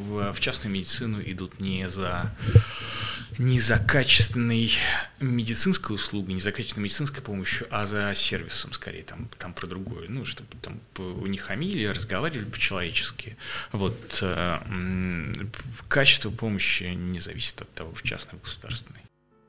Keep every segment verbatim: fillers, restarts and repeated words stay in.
в, в частную медицину идут не за, не за качественной медицинской услугой, не за качественной медицинской помощью, а за сервисом, скорее, там, там про другое. Ну, чтобы там не хамили, разговаривали по-человечески. Вот. Качество помощи не зависит от того, в частной, в государственной.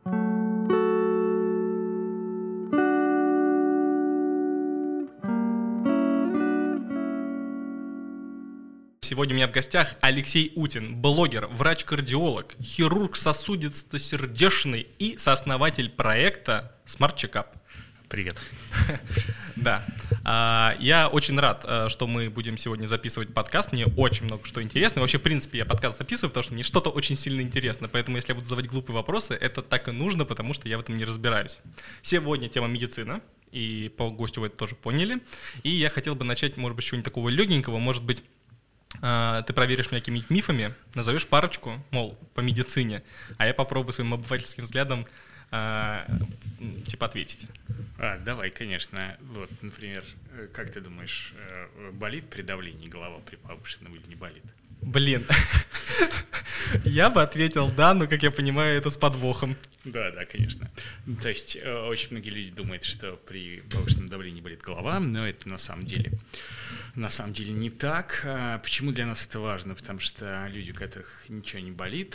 Сегодня у меня в гостях Алексей Утин, блогер, врач-кардиолог, хирург сосудисто-сердечный и сооснователь проекта Smart Checkup. Привет. Да. Я очень рад, что мы будем сегодня записывать подкаст. Мне очень много что интересно. Вообще, в принципе, я подкаст записываю, потому что мне что-то очень сильно интересно. Поэтому, если я буду задавать глупые вопросы, это так и нужно, потому что я в этом не разбираюсь. Сегодня тема медицина. И по гостю вы это тоже поняли. И я хотел бы начать, может быть, с чего-нибудь такого легенького. Может быть, ты проверишь меня какими-нибудь мифами, назовешь парочку, мол, по медицине, а я попробую своим обывательским взглядом э, типа ответить. А, давай, конечно. Вот, например, как ты думаешь, болит при давлении голова при повышенном или не болит? Блин, я бы ответил да, но, как я понимаю, это с подвохом. Да, да, конечно. То есть очень многие люди думают, что при повышенном давлении болит голова, но это на самом деле, на самом деле не так. Почему для нас это важно? Потому что люди, у которых ничего не болит,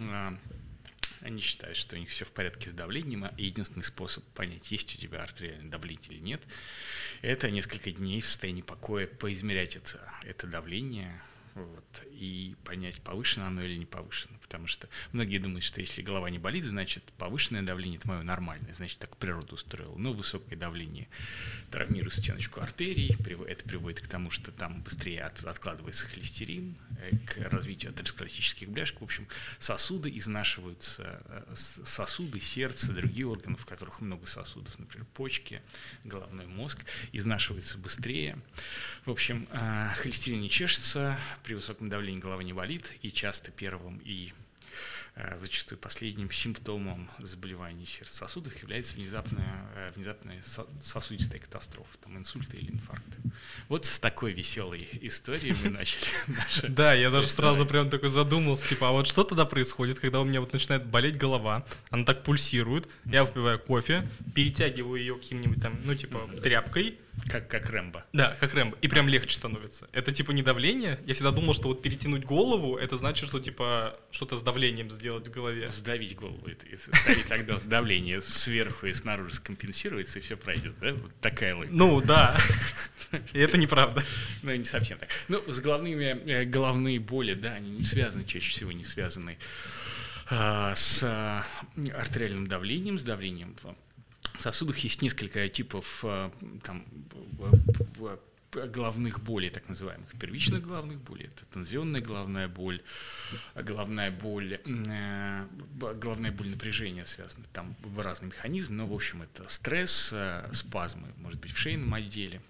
они считают, что у них все в порядке с давлением, и единственный способ понять, есть у тебя артериальное давление или нет, это несколько дней в состоянии покоя поизмерять это, это давление, вот, и понять, повышено оно или не повышено. Потому что многие думают, что если голова не болит, значит повышенное давление – это мое нормальное, значит так природа устроила. Но высокое давление травмирует стеночку артерий, это приводит к тому, что там быстрее от, откладывается холестерин, к развитию атеросклеротических бляшек. В общем, сосуды изнашиваются, сосуды, сердце, другие органы, в которых много сосудов, например, почки, головной мозг, изнашиваются быстрее. В общем, холестерин не чешется, при высоком давлении голова не болит, и часто первым и зачастую последним симптомом заболеваний сердца-сосудов является внезапная, внезапная сосудистая катастрофа, там, инсульт или инфаркт. Вот с такой веселой историей мы начали нашу. Да, я даже сразу прям такой задумался, типа, а вот что тогда происходит, когда у меня вот начинает болеть голова, она так пульсирует, я выпиваю кофе, перетягиваю ее каким-нибудь там, ну, типа, тряпкой. Как, как Рэмбо. Да, как Рэмбо. И прям легче становится. Это типа не давление. Я всегда думал, что вот перетянуть голову, это значит, что типа что-то с давлением сделать в голове. Сдавить голову. Это, и тогда давление сверху и снаружи скомпенсируется, и все пройдет. Да? Вот такая логика. Ну да. И это неправда. Ну, не совсем так. Ну, с головными, головные боли, да, они не связаны, чаще всего не связаны а, с а, артериальным давлением, с давлением в В сосудах есть несколько типов там, головных болей, так называемых. Первичных головных болей, это тензионная головная боль, головная боль, головная боль напряжения связана. Там разные механизмы, но, в общем, это стресс, спазмы, может быть, в шейном отделе.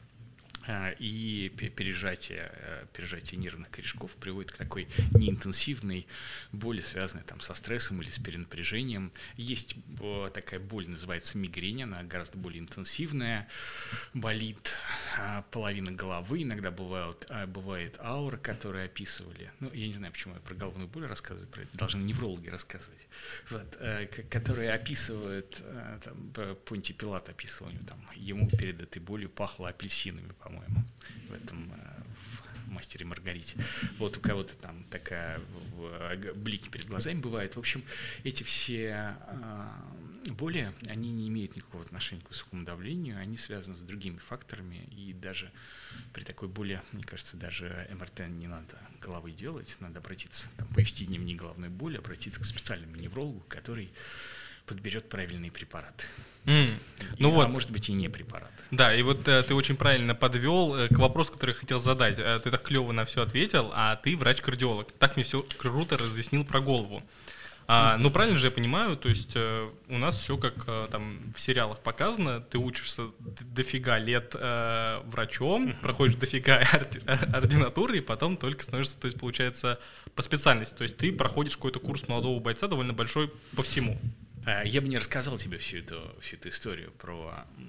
И пережатие, пережатие нервных корешков приводит к такой неинтенсивной боли, связанной там, со стрессом или с перенапряжением. Есть такая боль, называется мигрень, она гораздо более интенсивная, болит половина головы, иногда бывают, бывает аура, которую описывали. Ну, я не знаю, почему я про головную боль рассказываю, про это должны неврологи рассказывать, вот, которые описывают, там, Понтий Пилат описывал, там, ему перед этой болью пахло апельсинами, по-моему, в этом в «Мастере и Маргарите». Вот у кого-то там такая блики перед глазами бывает. В общем, эти все боли, они не имеют никакого отношения к высокому давлению, они связаны с другими факторами, и даже при такой боли, мне кажется, даже эм эр тэ не надо головы делать, надо обратиться, там, повести дневник головной боли, обратиться к специальному неврологу, который подберет правильные препараты. Mm. И, ну а вот, может быть и не препарат. Да, и вот э, ты очень правильно подвел э, к вопросу, который я хотел задать. Э, ты так клево на все ответил, а ты врач-кардиолог. Так мне все круто разъяснил про голову. А, ну, правильно же я понимаю, то есть э, у нас все как э, там в сериалах показано, ты учишься дофига лет э, врачом, uh-huh. проходишь дофига орди- ординатуры, и потом только становишься, то есть получается, по специальности. То есть ты проходишь какой-то курс молодого бойца довольно большой по всему. Я бы не рассказал тебе всю эту, всю эту историю про,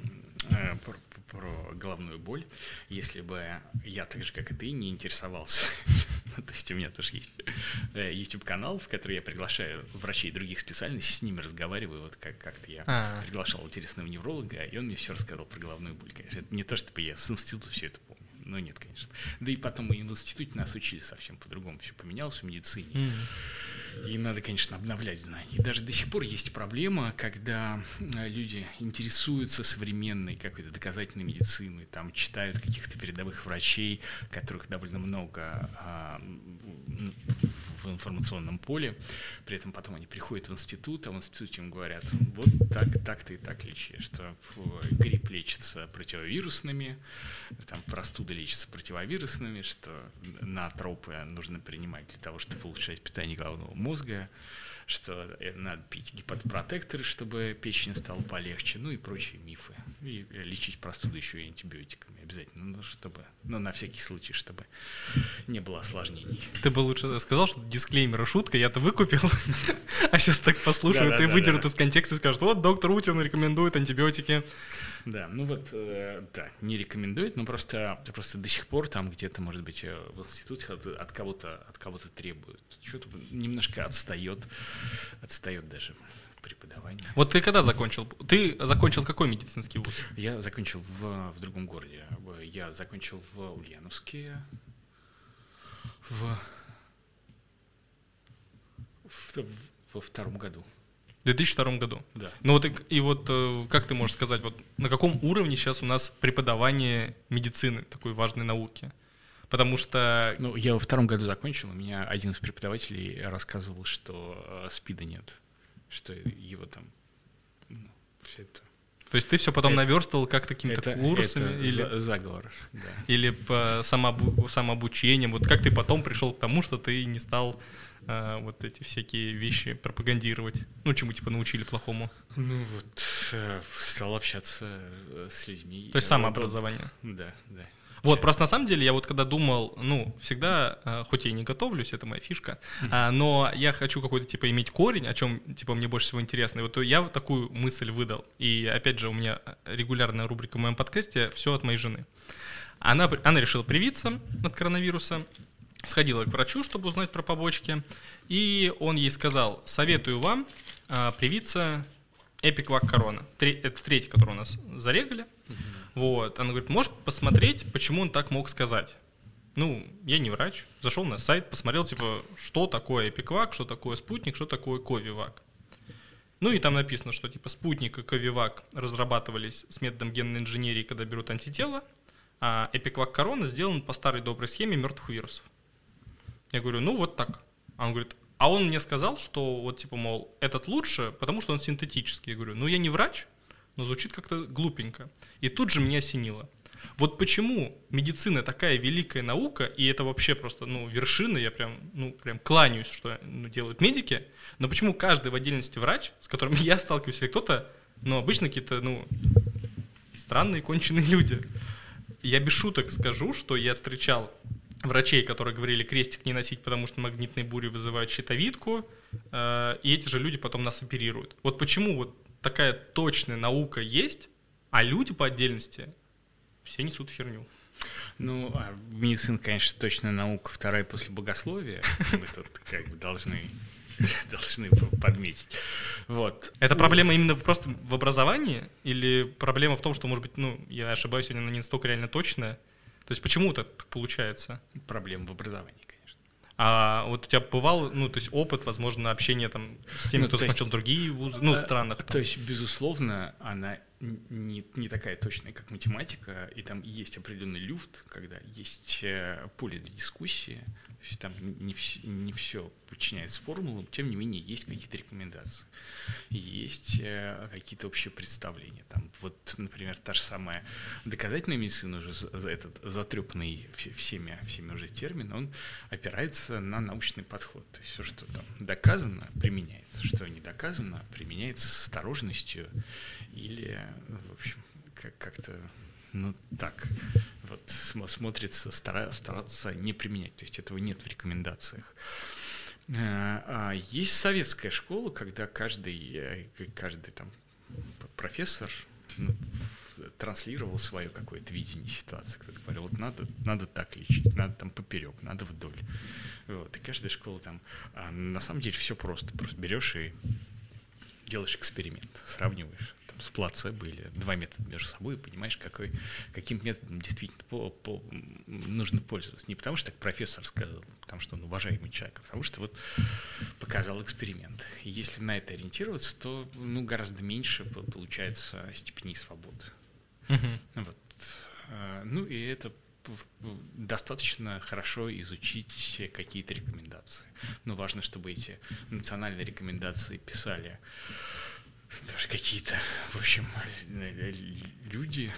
э, про, про головную боль. Если бы я так же, как и ты, не интересовался, то есть у меня тоже есть YouTube-канал, в который я приглашаю врачей других специальностей, с ними разговариваю, вот как- как-то я А. приглашал интересного невролога, и он мне все рассказал про головную боль, конечно. Это не то, чтобы я с института все это помню. Ну, нет, конечно. Да и потом мы в институте нас учили совсем по-другому. Все поменялось в медицине. Mm. И надо, конечно, обновлять знания. И даже до сих пор есть проблема, когда люди интересуются современной какой-то доказательной медициной, там читают каких-то передовых врачей, которых довольно много а, в информационном поле. При этом потом они приходят в институт, а в институте им говорят, вот так, так-то и так лечи, что грипп лечится противовирусными, там простуда лечится противовирусными, что наотропы нужно принимать для того, чтобы улучшать питание головного мозга, что надо пить гепатопротекторы, чтобы печень стала полегче, ну и прочие мифы. И лечить простуду еще и антибиотиками обязательно, ну, чтобы, ну, на всякий случай, чтобы не было осложнений. Ты бы лучше сказал, что дисклеймер, шутка, я-то выкупил, а сейчас так послушают и выдерут из контекста и скажут, вот доктор Утин рекомендует антибиотики. Да, ну вот, э, да, не рекомендует, но просто, просто до сих пор там где-то, может быть, в институте от, от кого-то от кого-то требуют. Что-то немножко отстает, отстает даже преподавание. Вот ты когда закончил? Ты закончил какой медицинский вуз? Я закончил в, в другом городе. Я закончил в Ульяновске в, в, в, во втором году. В две тысячи втором году. Да. Ну вот и, и вот как ты можешь сказать, вот на каком уровне сейчас у нас преподавание медицины, такой важной науки? Потому что... Ну, я во втором году закончил, у меня один из преподавателей рассказывал, что э, СПИДа нет, что его там, ну, все это... То есть ты все потом это, наверстывал как какими-то это, курсами? Это или, заговор, да. Или по самообу, самообучением? Вот как ты потом пришел к тому, что ты не стал а, вот эти всякие вещи пропагандировать? Ну, чему типа научили плохому? Ну вот, э, стал общаться с людьми. То есть самообразование? Да, да. Вот, просто на самом деле я вот когда думал, ну, всегда, хоть я и не готовлюсь, это моя фишка, mm-hmm. а, но я хочу какой-то, типа, иметь корень, о чем, типа, мне больше всего интересно. И вот я вот такую мысль выдал. И, опять же, у меня регулярная рубрика в моем подкасте «Все от моей жены». Она, она решила привиться от коронавируса, сходила к врачу, чтобы узнать про побочки, и он ей сказал, советую вам а, привиться Эпиквак Корона. Это третий, который у нас зарегали. Mm-hmm. Вот, она говорит, можешь посмотреть, почему он так мог сказать? Ну, я не врач, зашел на сайт, посмотрел, типа, что такое Эпиквак, что такое спутник, что такое Ковивак. Ну и там написано, что типа спутник и Ковивак разрабатывались с методом генной инженерии, когда берут антитела, а Эпиквак Корона сделан по старой доброй схеме мертвых вирусов. Я говорю, ну вот так. А он говорит, а он мне сказал, что вот типа, мол, этот лучше, потому что он синтетический. Я говорю, ну я не врач, но звучит как-то глупенько. И тут же меня осенило. Вот почему медицина такая великая наука, и это вообще просто, ну, вершина, я прям, ну, прям кланяюсь, что ну, делают медики, но почему каждый в отдельности врач, с которым я сталкиваюсь, или кто-то, ну, обычно какие-то, ну, странные, конченые люди. Я без шуток скажу, что я встречал врачей, которые говорили крестик не носить, потому что магнитные бури вызывают щитовидку, э, и эти же люди потом нас оперируют. Вот почему вот такая точная наука есть, а люди по отдельности все несут херню. Ну, а медицина, конечно, точная наука, вторая после богословия. Мы тут как бы должны, должны подметить. Вот. Это проблема именно просто в образовании? Или проблема в том, что, может быть, ну, я ошибаюсь, она не настолько реально точная? То есть почему так получается? Проблема в образовании. А вот у тебя бывал, ну, то есть опыт, возможно, общения там с теми, ну, кто закончил есть, другие вузы, ну, странах? Там. То есть, безусловно, она не, не такая точная, как математика, и там есть определенный люфт, когда есть поле для дискуссии, то есть там не, вс- не все подчиняется формулам, тем не менее есть какие-то рекомендации, есть э, какие-то общие представления. Там, вот, например, та же самая доказательная медицина, уже этот затрепанный всеми, всеми уже термин, он опирается на научный подход. То есть все, что там доказано, применяется, что не доказано, применяется с осторожностью или, в общем, как- как-то... Ну, так, вот смотрится, стараться не применять, то есть этого нет в рекомендациях. А есть советская школа, когда каждый, каждый там профессор, ну, транслировал свое какое-то видение ситуации. Кто-то говорил, вот надо, надо так лечить, надо там поперек, надо вдоль. Вот. И каждая школа там... А на самом деле все просто. Просто берешь и делаешь эксперимент, сравниваешь. Там, с плацебо или два метода между собой и понимаешь, какой, каким методом действительно по, по, нужно пользоваться. Не потому, что так профессор сказал, потому что он уважаемый человек, а потому что вот показал эксперимент. И если на это ориентироваться, то ну, гораздо меньше получается степеней свободы. Uh-huh. Вот. Ну и это достаточно хорошо изучить какие-то рекомендации. Но важно, чтобы эти национальные рекомендации писали тоже какие-то, в общем, люди,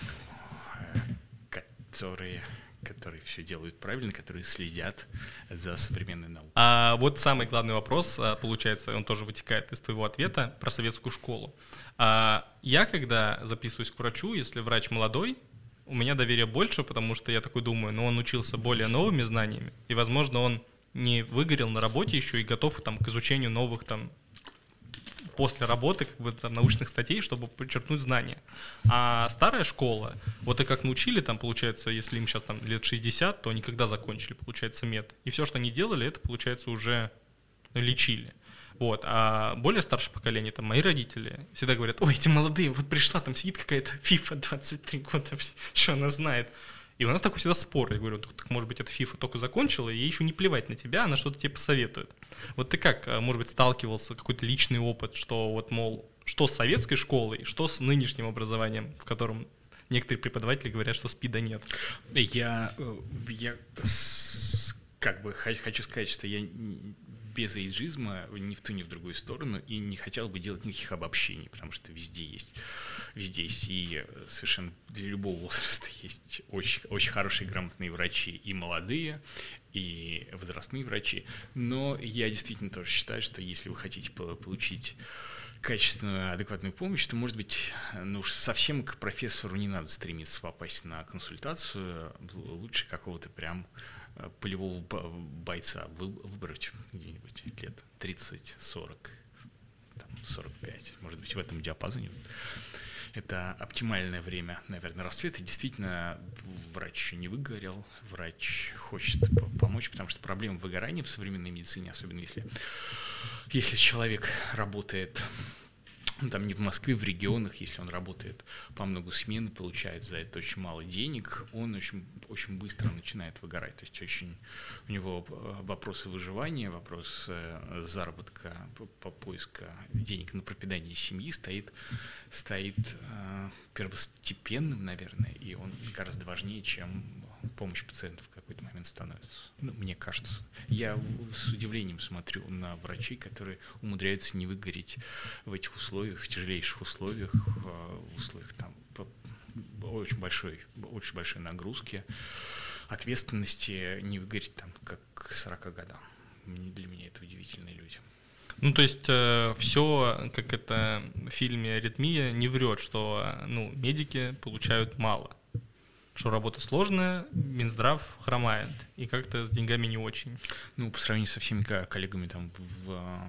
которые, которые все делают правильно, которые следят за современной наукой. А вот самый главный вопрос, получается, он тоже вытекает из твоего ответа про советскую школу. А я, когда записываюсь к врачу, если врач молодой, у меня доверия больше, потому что я такой думаю, ну он учился более новыми знаниями, и, возможно, он не выгорел на работе еще и готов там, к изучению новых там, после работы как бы, там, научных статей, чтобы подчеркнуть знания. А старая школа, вот и как научили, там, получается, если им сейчас там, лет шестьдесят, то они когда закончили, получается, мед. И все, что они делали, это, получается, уже лечили. Вот. А более старшее поколение, там, мои родители всегда говорят, ой, эти молодые, вот пришла, там сидит какая-то фифа двадцать три года, что она знает. И у нас такой всегда спор. Я говорю, так, может быть, эта фифа только закончила, и ей еще не плевать на тебя, она что-то тебе посоветует. Вот ты как, может быть, сталкивался, какой-то личный опыт, что вот, мол, что с советской школой, что с нынешним образованием, в котором некоторые преподаватели говорят, что СПИДа нет? Я, я как бы хочу сказать, что я без эйджизма ни в ту, ни в другую сторону и не хотел бы делать никаких обобщений, потому что везде есть, везде есть и совершенно для любого возраста есть очень, очень хорошие грамотные врачи, и молодые, и возрастные врачи. Но я действительно тоже считаю, что если вы хотите получить качественную, адекватную помощь, то, может быть, ну уж совсем к профессору не надо стремиться попасть на консультацию, лучше какого-то прям полевого бойца выбрать где-нибудь лет тридцать-сорок, сорок пять, может быть, в этом диапазоне. Это оптимальное время, наверное, расцвета. Действительно, врач еще не выгорел, врач хочет помочь, потому что проблема выгорания в современной медицине, особенно если, если человек работает там не в Москве, в регионах, если он работает по много смен, получает за это очень мало денег, он очень, очень быстро начинает выгорать. То есть очень у него вопросы выживания, вопрос заработка, по поиска денег на пропитание семьи стоит, стоит первостепенным, наверное, и он гораздо важнее, чем помощь пациенту в какой-то момент становится. Ну, мне кажется. Я с удивлением смотрю на врачей, которые умудряются не выгореть в этих условиях, в тяжелейших условиях, в условиях там очень большой, очень большой нагрузки, ответственности, не выгореть там как к сорока годам. Для меня это удивительные люди. Ну, то есть э, все, как это в фильме «Аритмия», не врет, что ну, медики получают мало. Что работа сложная, Минздрав хромает, и как-то с деньгами не очень. Ну, по сравнению со всеми коллегами там в,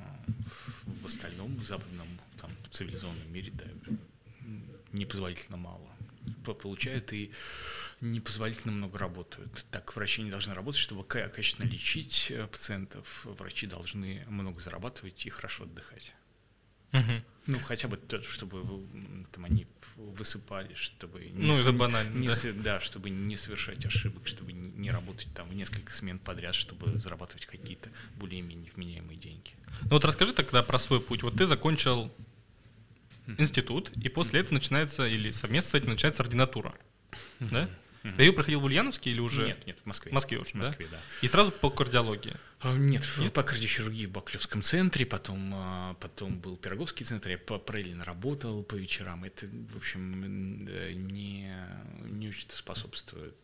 в остальном западном там, цивилизованном мире, да, непозволительно мало получают и непозволительно много работают. Так врачи не должны работать, чтобы качественно лечить пациентов. Врачи должны много зарабатывать и хорошо отдыхать. Угу. Ну, хотя бы то, чтобы там, они высыпали, чтобы не, ну, это банально, не, да? Да, чтобы не совершать ошибок, чтобы не работать там в несколько смен подряд, чтобы зарабатывать какие-то более-менее вменяемые деньги. Ну вот расскажи тогда про свой путь. Вот ты закончил mm-hmm. институт, и после mm-hmm. этого начинается, или совместно с этим начинается ординатура, mm-hmm. да? Mm-hmm. Ты ее проходил в Ульяновске или уже? Нет, нет, в Москве. В Москве уже, в Москве, да? да. И сразу по кардиологии? Нет, нет, по кардиохирургии в Баклевском центре, потом, потом был Пироговский центр, я параллельно работал по вечерам. Это, в общем, не, не очень способствует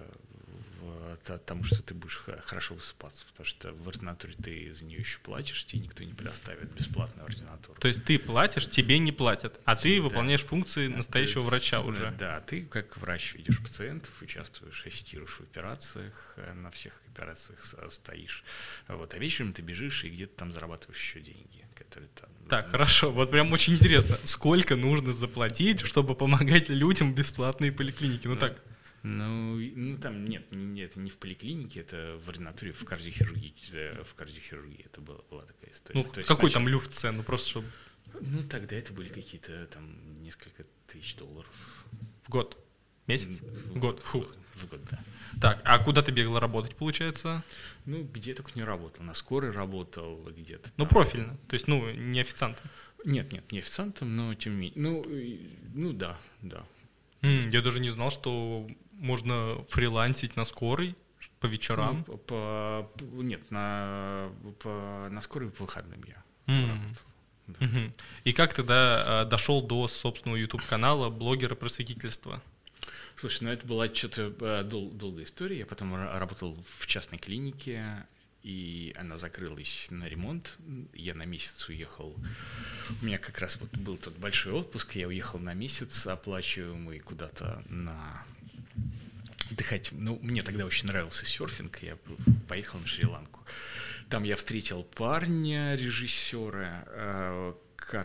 тому, что ты будешь хорошо высыпаться, потому что в ординатуре ты за нее еще платишь, тебе никто не предоставит бесплатную ординатуру. То есть ты платишь, тебе не платят, а ты да. выполняешь функции настоящего ты, врача уже. Да, ты как врач видишь пациентов, участвуешь, ассистируешь в операциях, на всех операциях стоишь. Вот, а вечером ты бежишь и где-то там зарабатываешь еще деньги. которые там... Так, хорошо, вот прям очень интересно, сколько нужно заплатить, чтобы помогать людям в бесплатные поликлиники? Ну, ну так... Ну, ну, там нет, не, это не в поликлинике, это в ординатуре, в кардиохирургии, в кардиохирургии это была, была такая история. Ну, То какой есть, там люфт цен, ну просто чтобы... Ну, тогда это были какие-то там несколько тысяч долларов. В год? Месяц? В, в год, год, Фух. В год, да. Так, а куда ты бегала работать, получается? Ну, где только не работал. На скорой работал где-то. Ну, там. Профильно, то есть, ну, не официантом. Нет, нет, не официантом, но тем не менее. Ну, ну да, да. Mm, я даже не знал, что можно фрилансить на скорой по вечерам. Ну, по, по, нет, на, по, на скорой по выходным я mm. работал. Да. Mm-hmm. И как тогда э, дошел до собственного YouTube-канала блогера просветительства? Слушай, ну это была что-то э, дол- долгая история. Я потом р- работал в частной клинике, и она закрылась на ремонт. Я на месяц уехал. У меня как раз вот был тот большой отпуск. Я уехал на месяц оплачиваемый куда-то на отдыхать. Ну, мне тогда очень нравился серфинг. Я поехал на Шри-Ланку. Там я встретил парня, режиссера, э,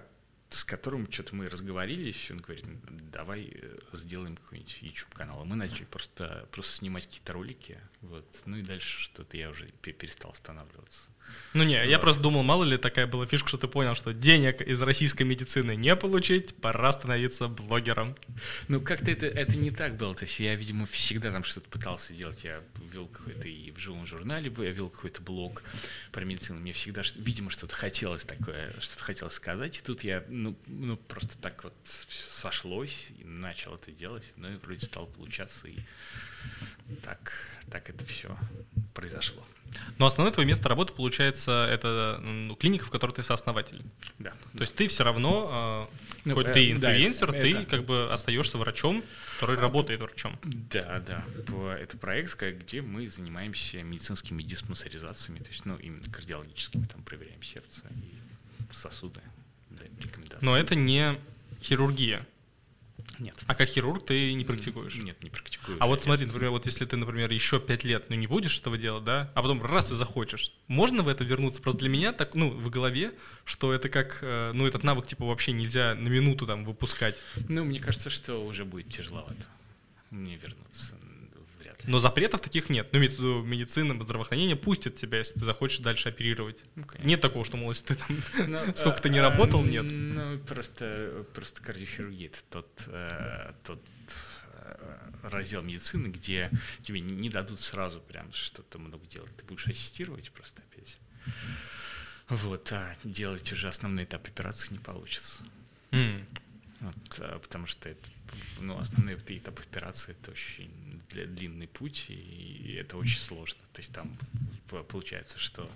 с которым что-то мы разговорились. Он говорит, давай сделаем какой-нибудь YouTube-канал. И мы начали просто, просто снимать какие-то ролики. Вот. Ну и дальше что-то я уже перестал останавливаться. Ну не, я просто думал, мало ли такая была фишка, что ты понял, что денег из российской медицины не получить, пора становиться блогером. Ну как-то это, это не так было. То есть я, видимо, всегда там что-то пытался делать. Я вел какой-то и в живом журнале, я вел какой-то блог про медицину. Мне всегда, видимо, что-то хотелось такое, что-то хотелось сказать. И тут я, ну, ну просто так вот сошлось и начал это делать. Ну и вроде стало получаться. И так, так это все произошло. Но основное твое место работы, получается, это ну, клиника, в которой ты сооснователь. Да. То да. есть ты все равно, э, ну, хоть э, ты инфлюенсер, да, это, ты это... как бы остаешься врачом, который а, работает врачом. Да, да. Это проект, где мы занимаемся медицинскими диспансеризациями, то есть, ну, именно кардиологическими, там проверяем сердце и сосуды, да, рекомендации. Но это не хирургия. Нет. А как хирург ты не практикуешь? Нет, не практикую. А вот смотри, например, вот если ты, например, еще пять лет, ну, не будешь этого делать, да, а потом раз и захочешь, можно в это вернуться? Просто для меня так, ну, в голове, что это как, ну, этот навык, типа, вообще нельзя на минуту там выпускать. Ну, мне кажется, что уже будет тяжеловато мне вернуться. Вряд ли. Но запретов таких нет. Ну, имеется в виду, медицина, здравоохранение пустят тебя, если ты захочешь дальше оперировать. Ну, нет такого, что, мол, если ты там Но, сколько ты не работал, нет. Ну, просто, просто кардиохирургия — это тот, тот раздел медицины, где тебе не дадут сразу прям что-то много делать. Ты будешь ассистировать просто опять. Вот, а делать уже основной этап операции не получится. Mm. Вот, потому что это, ну, основной этап операции — это очень длинный путь, и это очень сложно. То есть там получается, что,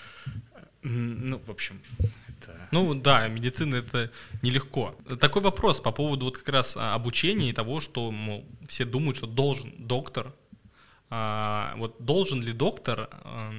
ну, в общем, это... Ну да, медицина — это нелегко. Такой вопрос по поводу вот как раз обучения и того, что, мол, все думают, что должен доктор. А, вот должен ли доктор, а,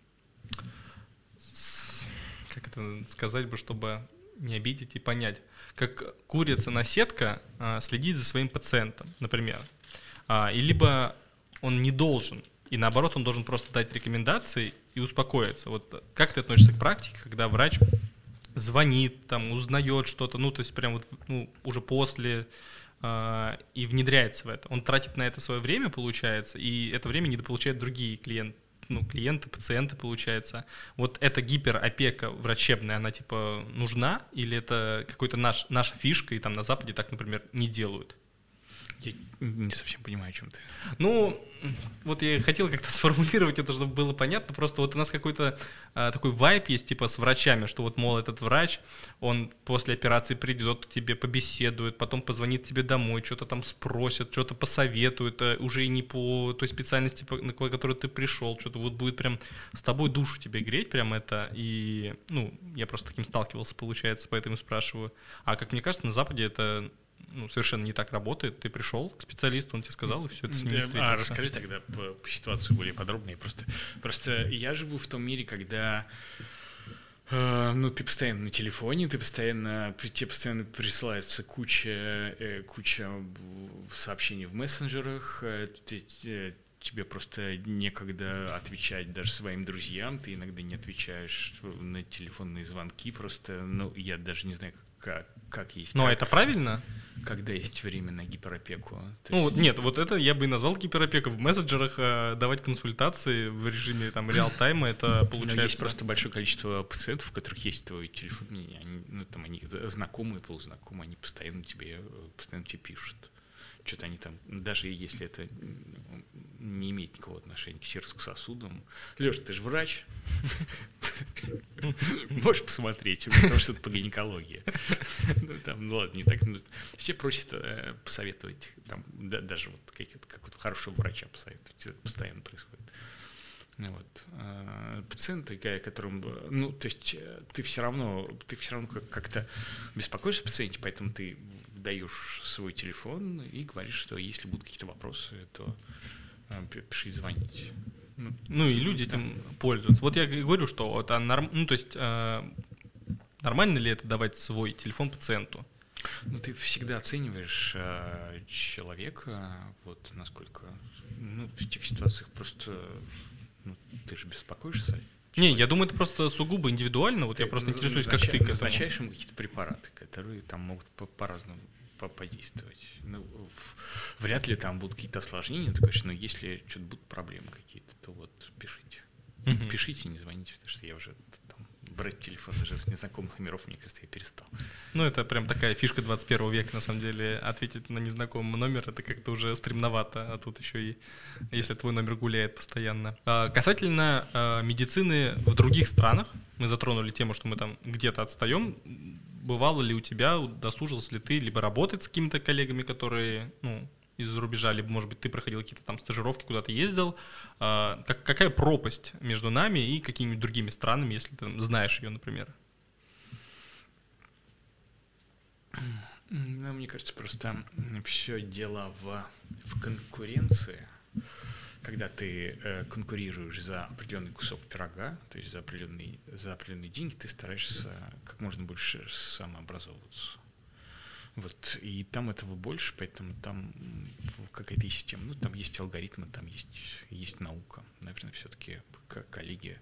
с, как это сказать бы, чтобы не обидеть и понять, как курица-наседка а, следить за своим пациентом, например. А, и либо он не должен, и наоборот он должен просто дать рекомендации и успокоиться. Вот как ты относишься к практике, когда врач звонит, там, узнает что-то, ну, то есть прям вот, ну, уже после э, и внедряется в это. Он тратит на это свое время, получается, и это время недополучают другие клиенты, ну, клиенты, пациенты, получается. Вот эта гиперопека врачебная, она, типа, нужна, или это какой-то наш, наша фишка, и там на Западе так, например, не делают? Я не совсем понимаю, о чем ты. Ну, вот я хотел как-то сформулировать это, чтобы было понятно. Просто вот у нас какой-то а, такой вайб есть, типа, с врачами, что вот, мол, этот врач, он после операции придет к тебе, побеседует, потом позвонит тебе домой, что-то там спросит, что-то посоветует, а уже и не по той специальности, на которую ты пришел, что-то вот будет прям с тобой душу тебе греть, прям это. И, ну, я просто с таким сталкивался, получается, поэтому спрашиваю. А как мне кажется, на Западе это... ну, совершенно не так работает. Ты пришел к специалисту, он тебе сказал, и все, ты с ним встретился. А расскажи тогда по, по ситуации более подробнее. Просто, просто я живу в том мире, когда э, ну, ты постоянно на телефоне, ты постоянно, тебе постоянно присылается куча, э, куча сообщений в мессенджерах, э, тебе просто некогда отвечать даже своим друзьям, ты иногда не отвечаешь на телефонные звонки, просто, ну, я даже не знаю, как, как есть. Но как, это правильно? Когда есть время на гиперопеку. Ну, есть... вот нет, вот это я бы и назвал гиперопекой. В мессенджерах э, давать консультации в режиме там реал-тайма, это получается... Но есть просто большое количество пациентов, у которых есть твой телефон, они, ну, там, они знакомые, полузнакомые, они постоянно тебе, постоянно тебе пишут. Что-то они там, даже если это не имеет никакого отношения к сердцу, к сосудам. Леша, ты же врач. Можешь посмотреть, потому что это по гинекологии. Ну, там, ну ладно, не так. Все просят посоветовать, там, даже вот какого-то хорошего врача посоветовать. Это постоянно происходит. Вот. Пациенты, которым, ну, то есть ты все равно, ты все равно как-то беспокоишься о пациенте, поэтому ты даешь свой телефон и говоришь, что если будут какие-то вопросы, то пиши, звоните. Ну, ну и люди да. этим пользуются. Вот я говорю, что это норм... ну, то есть э, нормально ли это давать свой телефон пациенту? Ну, ты всегда оцениваешь э, человека, вот насколько, ну, в тех ситуациях просто, ну, ты же беспокоишься. Не, я думаю, это просто сугубо индивидуально. Вот ты я просто интересуюсь, как ты к этому. Назначаешь им какие-то препараты, которые там могут по- по-разному подействовать. Ну, вряд ли там будут какие-то осложнения, ты говоришь, но если что-то будут проблемы какие-то, то вот пишите. Uh-huh. Пишите, не звоните, потому что я уже там, брать телефон даже с незнакомых номеров, мне кажется, я перестал. Ну, это прям такая фишка двадцать первого века, на самом деле. Ответить на незнакомый номер — это как-то уже стремновато, а тут еще и если твой номер гуляет постоянно. А, касательно а, медицины в других странах, мы затронули тему, что мы там где-то отстаем. Бывало ли у тебя, досужился ли ты либо работать с какими-то коллегами, которые, ну, из-за рубежа, либо, может быть, ты проходил какие-то там стажировки, куда-то ездил. А, как, какая пропасть между нами и какими-нибудь другими странами, если ты знаешь ее, например? Ну, мне кажется, просто все дело в, в конкуренции. Когда ты э, конкурируешь за определенный кусок пирога, то есть за определенные, за определенные деньги, ты стараешься как можно больше самообразовываться. Вот, и там этого больше, поэтому там какая-то есть система. Ну, там есть алгоритмы, там есть, есть наука. Наверное, все-таки коллеги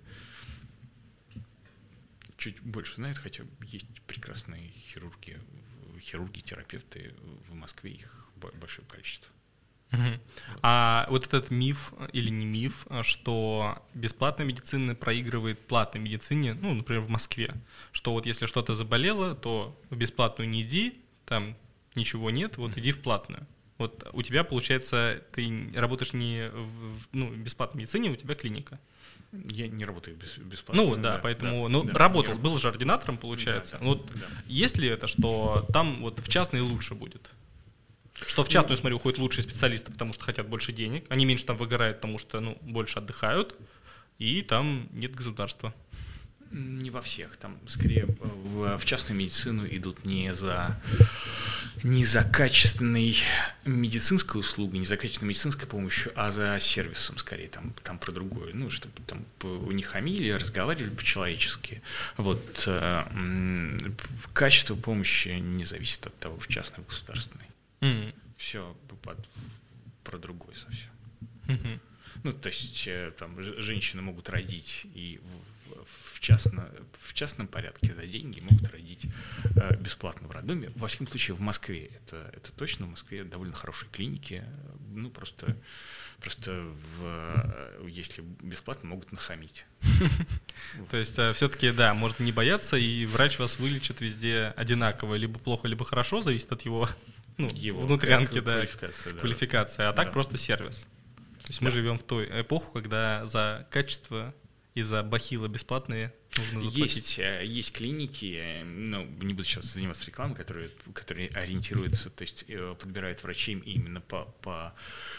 чуть больше знают, хотя есть прекрасные хирурги, хирурги, терапевты в Москве, их большое количество. Uh-huh. А вот этот миф или не миф, что бесплатная медицина проигрывает платной медицине, ну, например, в Москве, что вот если что-то заболело, то в бесплатную не иди, там ничего нет, вот иди в платную. Вот у тебя, получается, ты работаешь не в ну, бесплатной медицине, у тебя клиника. Я не работаю без, бесплатно. Ну да, да поэтому, да, ну, да, работал, был же ординатором, получается. Да, да, вот да. Есть ли это, что там вот в частной лучше будет? Что в частную, смотрю, уходят лучшие специалисты, потому что хотят больше денег, они меньше там выгорают, потому что, ну, больше отдыхают, и там нет государства. Не во всех. Там скорее в, в частную медицину идут не за, не за качественной медицинской услугой, не за качественной медицинской помощью, а за сервисом скорее. Там, там про другое. Ну, чтобы там не хамили, разговаривали по-человечески. Вот. Э, качество помощи не зависит от того, в частной, в государственной. Mm. Все под, про другое совсем. Mm-hmm. Ну, то есть там женщины могут родить и в, в, частно, в частном порядке за деньги могут родить э, бесплатно в роддоме. Во всяком случае, в Москве это, это точно. В Москве довольно хорошие клиники. Ну, просто, просто в, если бесплатно, могут нахамить. То есть все-таки, да, можно не бояться, и врач вас вылечит везде одинаково. Либо плохо, либо хорошо, зависит от его, ну, его внутрянки, да, квалификации, да. квалификации. А так да. просто сервис. То есть да. мы живем в той эпоху, когда за качество и за бахилы бесплатные нужно заплатить. Есть, есть клиники, ну, не буду сейчас заниматься рекламой, которые, которые ориентируются, то есть подбирают врачей именно по, по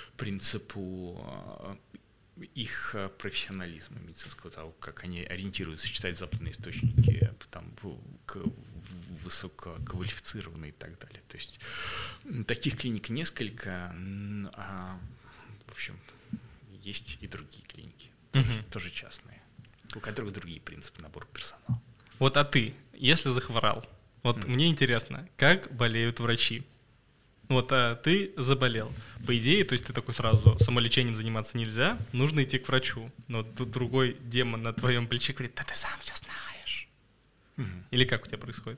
принципу их профессионализма медицинского, того, как они ориентируются, читают западные источники, там, к высококвалифицированные и так далее. То есть таких клиник несколько, а, в общем, есть и другие клиники, тоже, угу. тоже частные, у которых другие принципы набора персонала. Вот, а ты, если захворал, вот угу. мне интересно, как болеют врачи? Вот а, ты заболел. По идее, то есть ты такой сразу, самолечением заниматься нельзя, нужно идти к врачу. Но тут другой демон на твоем плече говорит, да ты сам все знаешь. Угу. Или как у тебя происходит?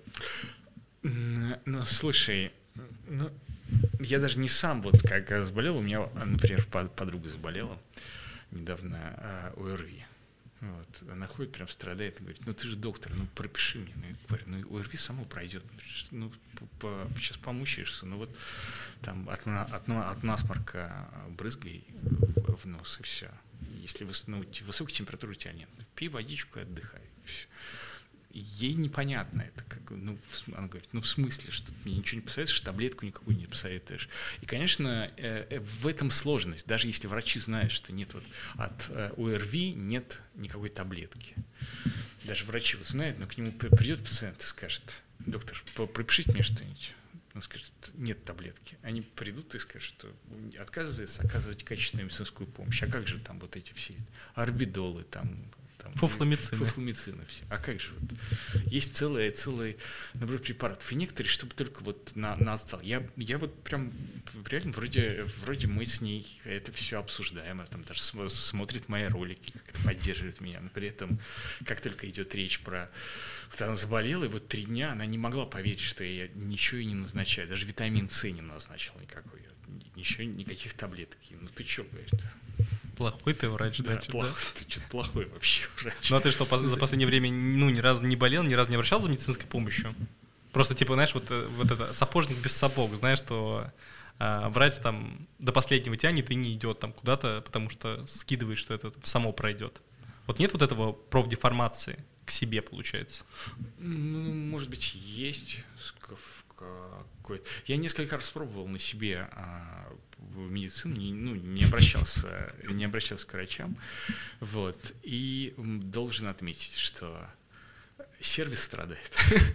Ну, слушай, ну, я даже не сам вот как заболел, у меня, например, подруга заболела недавно а, ОРВИ. Вот. Она ходит, прям страдает и говорит, ну ты же доктор, ну пропиши мне. Ну, я говорю, ну ОРВИ само пройдет, ну по, сейчас помучаешься, ну вот там от, от, от насморка брызгай в, в нос и все. Если ну, высокой температуры у тебя нет, пей водичку и отдыхай. Все. Ей непонятно это, как, ну, она говорит, ну в смысле, что ты мне ничего не посоветуешь, таблетку никакую не посоветуешь. И, конечно, э, в этом сложность, даже если врачи знают, что нет вот от э, ОРВИ нет никакой таблетки. Даже врачи вот знают, но к нему придет пациент и скажет, доктор, пропишите мне что-нибудь. Он скажет, нет таблетки. Они придут и скажут, что отказывается оказывать качественную медицинскую помощь. А как же там вот эти все орбидолы, там... Фуфломицины. Фуфломицины все. А как же вот? Есть целый, целый набор препаратов. И некоторые, чтобы только вот на, на отстал. Я, я вот прям реально вроде, вроде мы с ней это все обсуждаем. Она там даже смотрит мои ролики, как-то поддерживает меня. Но при этом, как только идет речь про... Вот она заболела, и вот три дня она не могла поверить, что я ничего и не назначаю. Даже витамин С не назначил никакой. Ничего, никаких таблеток. Ну ты что, говорит? Плохой ты врач, да? Значит, плохой, да? Ты что-то плохой вообще врач. Ну а ты что, за последнее время ну, ни разу не болел, ни разу не обращался за медицинской помощью? Просто типа, знаешь, вот, вот это сапожник без сапог, знаешь, что а, врач там до последнего тянет и не идет там куда-то, потому что скидывает, что это само пройдет. Вот нет вот этого профдеформации к себе, получается? Ну, может быть, есть какой-то. Я несколько раз пробовал на себе а, в медицину, не, ну, не обращался, не обращался к врачам, вот, и должен отметить, что сервис страдает.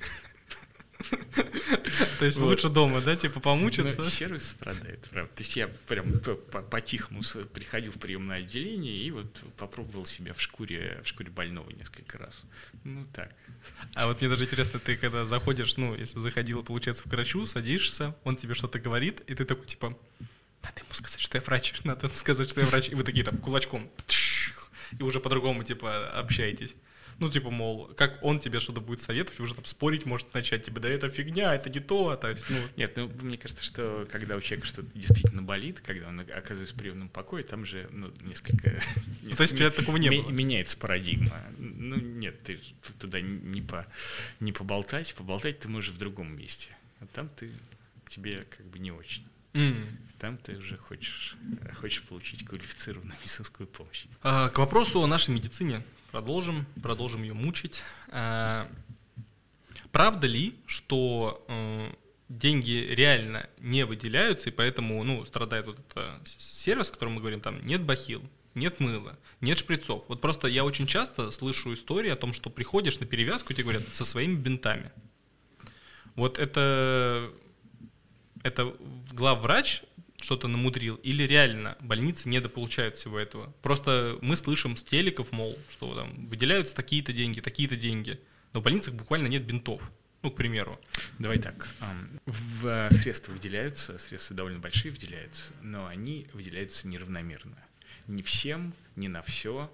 То есть лучше дома, да, типа помучиться? Сервис страдает, правда. То есть я прям по-тихому приходил в приемное отделение и вот попробовал себя в шкуре, в шкуре больного несколько раз. Ну так. А вот мне даже интересно, ты когда заходишь, ну, если заходил, получается, к врачу, садишься, он тебе что-то говорит, и ты такой, типа, надо ему сказать, что я врач, надо сказать, что я врач, и вы такие там кулачком, и уже по-другому, типа, общаетесь. Ну, типа, мол, как он тебе что-то будет советовать, уже там спорить может начать, типа, да это фигня, это не то, то есть, ну... Нет, ну, мне кажется, что когда у человека что-то действительно болит, когда он оказывается в приемном покое, там же, ну, несколько... Ну, то есть у тебя такого не было? Меняется парадигма. Ну, нет, ты туда не, по, не поболтать, поболтать ты можешь в другом месте. А там ты, тебе как бы не очень. Mm. Там ты уже хочешь, хочешь получить квалифицированную медицинскую помощь. А, к вопросу о нашей медицине. Продолжим, продолжим ее мучить. А, правда ли, что э, деньги реально не выделяются, и поэтому ну, страдает вот этот сервис, о котором мы говорим, там нет бахил, нет мыла, нет шприцов. Вот просто я очень часто слышу истории о том, что приходишь на перевязку, и тебе говорят, со своими бинтами. Вот это, это главврач что-то намудрил, или реально больницы недополучают всего этого. Просто мы слышим с телеков, мол, что там выделяются такие-то деньги, такие-то деньги, но в больницах буквально нет бинтов. Ну, к примеру. Давай так. В средства выделяются, средства довольно большие выделяются, но они выделяются неравномерно. Не всем, не на все.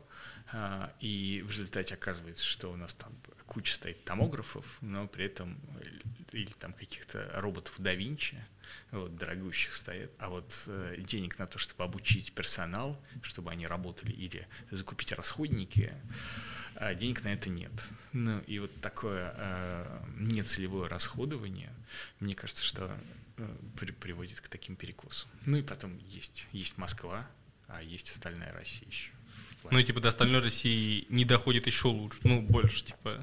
И в результате оказывается, что у нас там куча стоит томографов, но при этом или там каких-то роботов да Винчи, вот, дорогущих стоят, а вот э, денег на то, чтобы обучить персонал, чтобы они работали, или закупить расходники, э, денег на это нет. Ну и вот такое э, нецелевое расходование, мне кажется, что э, при, приводит к таким перекосам. Ну и потом есть, есть Москва, а есть остальная Россия еще. Ну и типа до остальной России не доходит еще лучше, ну больше типа.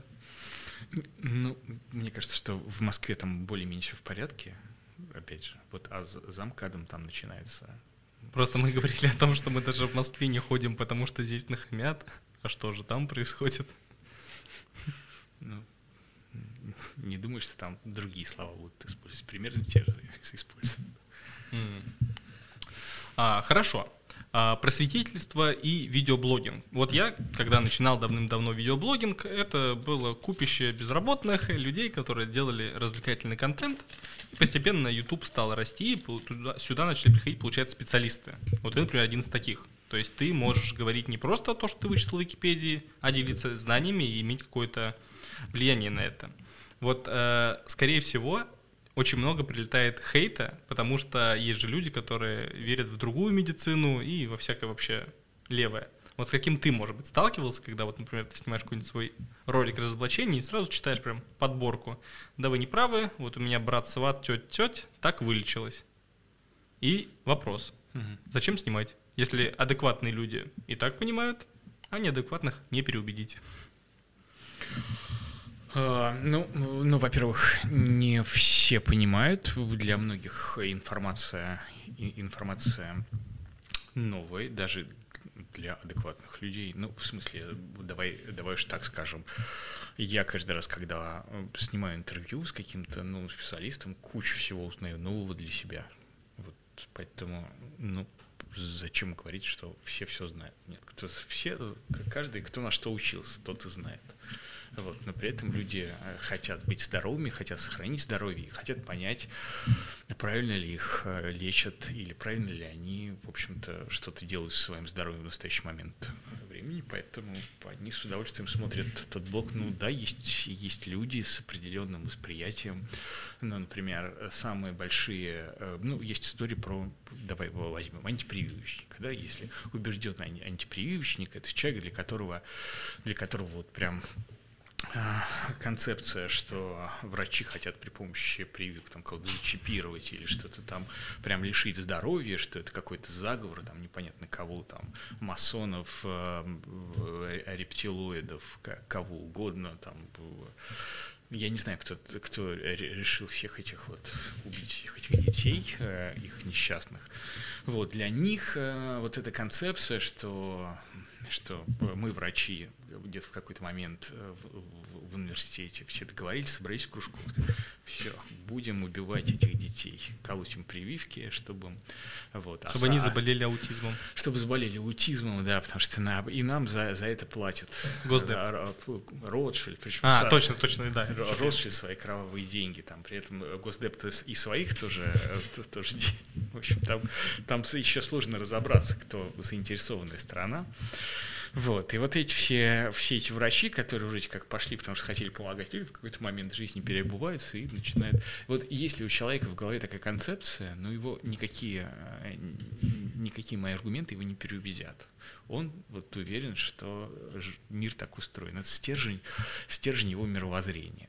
Ну, мне кажется, что в Москве там более-менее все в порядке. Опять же, вот а за МКАДом там начинается. Просто мы говорили о том, что мы даже в Москве не ходим, потому что здесь нахамят. А что же там происходит? Ну, не думаю, что там другие слова будут использовать. Примерно те же используют. Mm. А, хорошо. просветительство и видеоблогинг. Вот я, когда начинал давным-давно видеоблогинг, это было купище безработных людей, которые делали развлекательный контент, и постепенно YouTube стал расти, и туда, сюда начали приходить, получается, специалисты. Вот я, например, один из таких. То есть ты можешь говорить не просто то, что ты вычислил в Википедии, а делиться знаниями и иметь какое-то влияние на это. Вот, э, скорее всего, очень много прилетает хейта, потому что есть же люди, которые верят в другую медицину и во всякое вообще левое. Вот с каким ты, может быть, сталкивался, когда, вот, например, ты снимаешь какой-нибудь свой ролик разоблачения и сразу читаешь прям подборку. Да вы не правы, вот у меня брат, сват, тетя, тетя так вылечилась. И вопрос, угу. Зачем снимать, если адекватные люди и так понимают, а неадекватных не переубедить? Uh, ну, ну, во-первых, не все понимают. Для многих информация, информация новая, даже для адекватных людей. Ну, в смысле, давай, давай уж так скажем. Я каждый раз, когда снимаю интервью с каким-то новым специалистом, кучу всего узнаю нового для себя. Вот, поэтому, ну, зачем говорить, что все все знают? Нет, кто, все, каждый, кто на что учился, тот и знает. Вот, но при этом люди хотят быть здоровыми, хотят сохранить здоровье, хотят понять, правильно ли их лечат или правильно ли они, в общем-то, что-то делают со своим здоровьем в настоящий момент времени. Поэтому они с удовольствием смотрят этот блог. Ну да, есть, есть люди с определенным восприятием. Ну, например, самые большие... Ну, есть история про... Давай его возьмем. Антипрививочника. Да, если убежденный антипрививочник, это человек, для которого, для которого вот прям... концепция, что врачи хотят при помощи прививок там кого-то зачипировать или что-то там прям лишить здоровья, что это какой-то заговор, там непонятно кого, там масонов, рептилоидов, кого угодно, там я не знаю, кто, кто решил всех этих вот убить всех этих детей, их несчастных. Вот для них вот эта концепция, что что мы, врачи, где-то в какой-то момент в, в, в университете все договорились, собрались в кружку. Все, будем убивать этих детей, колотим прививки, чтобы... Вот, чтобы а, они заболели аутизмом. Чтобы заболели аутизмом, да, потому что на, и нам за, за это платят Госдеп. Ротшильд. Причем а, за, точно, точно, да. Ротшильд свои кровавые деньги, там, при этом Госдеп и своих тоже, тоже в общем, там, там еще сложно разобраться, кто заинтересованная сторона. Вот, и вот эти все, все эти врачи, которые вроде как пошли, потому что хотели помогать людям, в какой-то момент жизни переобуваются и начинают... Вот если у человека в голове такая концепция, ну его никакие, никакие мои аргументы его не переубедят. Он вот уверен, что мир так устроен. Это стержень, стержень его мировоззрения.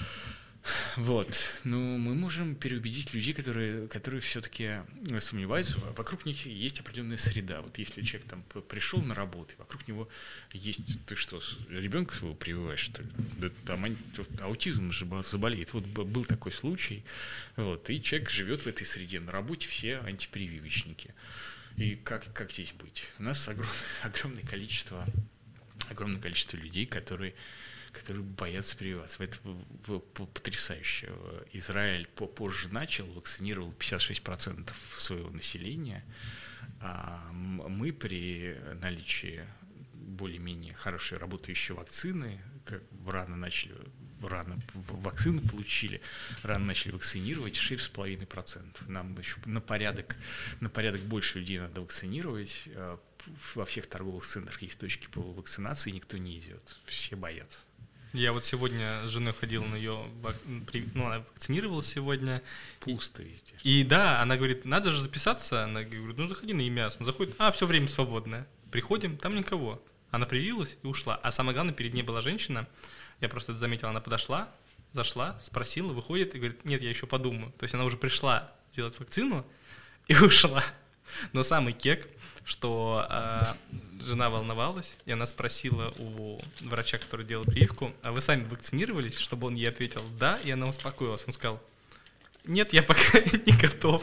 Вот. Ну, мы можем переубедить людей, которые, которые все-таки сомневаются. Вокруг них есть определенная среда. Вот если человек там пришел на работу, вокруг него есть... Ты что, ребенка своего прививаешь, что ли? Да, там аутизм же заболеет. Вот был такой случай. Вот. И человек живет в этой среде. На работе все антипрививочники. И как, как здесь быть? У нас огромное, огромное количество, огромное количество людей, которые... которые боятся прививаться. Это потрясающе. Израиль позже начал, вакцинировал пятьдесят шесть процентов своего населения. А мы при наличии более-менее хорошей работающей вакцины, как рано начали, рано вакцину получили, рано начали вакцинировать шесть целых пять десятых процента. Нам еще на порядок, на порядок больше людей надо вакцинировать. Во всех торговых центрах есть точки по вакцинации, никто не идет. Все боятся. Я вот сегодня с женой ходил на ее, ну, она вакцинировалась сегодня. Пусто везде. И да, она говорит, надо же записаться. Она говорит, ну заходи на ИМЯС. Она заходит, а, все время свободное. Приходим, там никого. Она привилась и ушла. А самое главное, перед ней была женщина. Я просто это заметил, она подошла, зашла, спросила, выходит и говорит, нет, я еще подумаю. То есть она уже пришла сделать вакцину и ушла. Но самый кек, что э, жена волновалась, и она спросила у врача, который делал прививку, а вы сами вакцинировались, чтобы он ей ответил «да», и она успокоилась. Он сказал «нет, я пока не готов».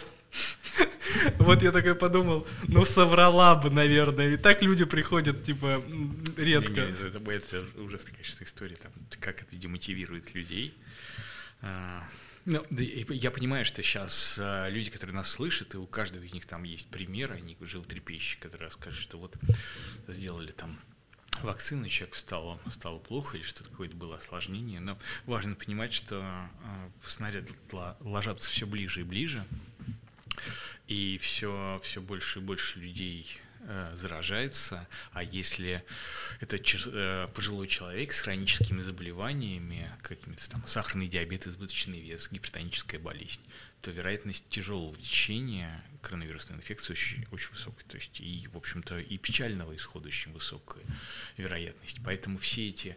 Вот я такой подумал, ну соврала бы, наверное. И так люди приходят, типа, редко. Не, не, это, это ужасная, конечно, история, там, как это демотивирует людей. Ну, да, я понимаю, что сейчас а, люди, которые нас слышат, и у каждого из них там есть пример, они животрепещущие, которые расскажут, что вот сделали там вакцину, человеку стало, стало плохо или что-то какое-то было осложнение. Но важно понимать, что а, снаряды ложатся все ближе и ближе, и все, все больше и больше людей заражается, а если это пожилой человек с хроническими заболеваниями, какими-то там сахарный диабет, избыточный вес, гипертоническая болезнь, то вероятность тяжелого течения коронавирусной инфекции очень, очень высокая. То есть и, в общем-то, и печального исхода очень высокая вероятность. Поэтому все эти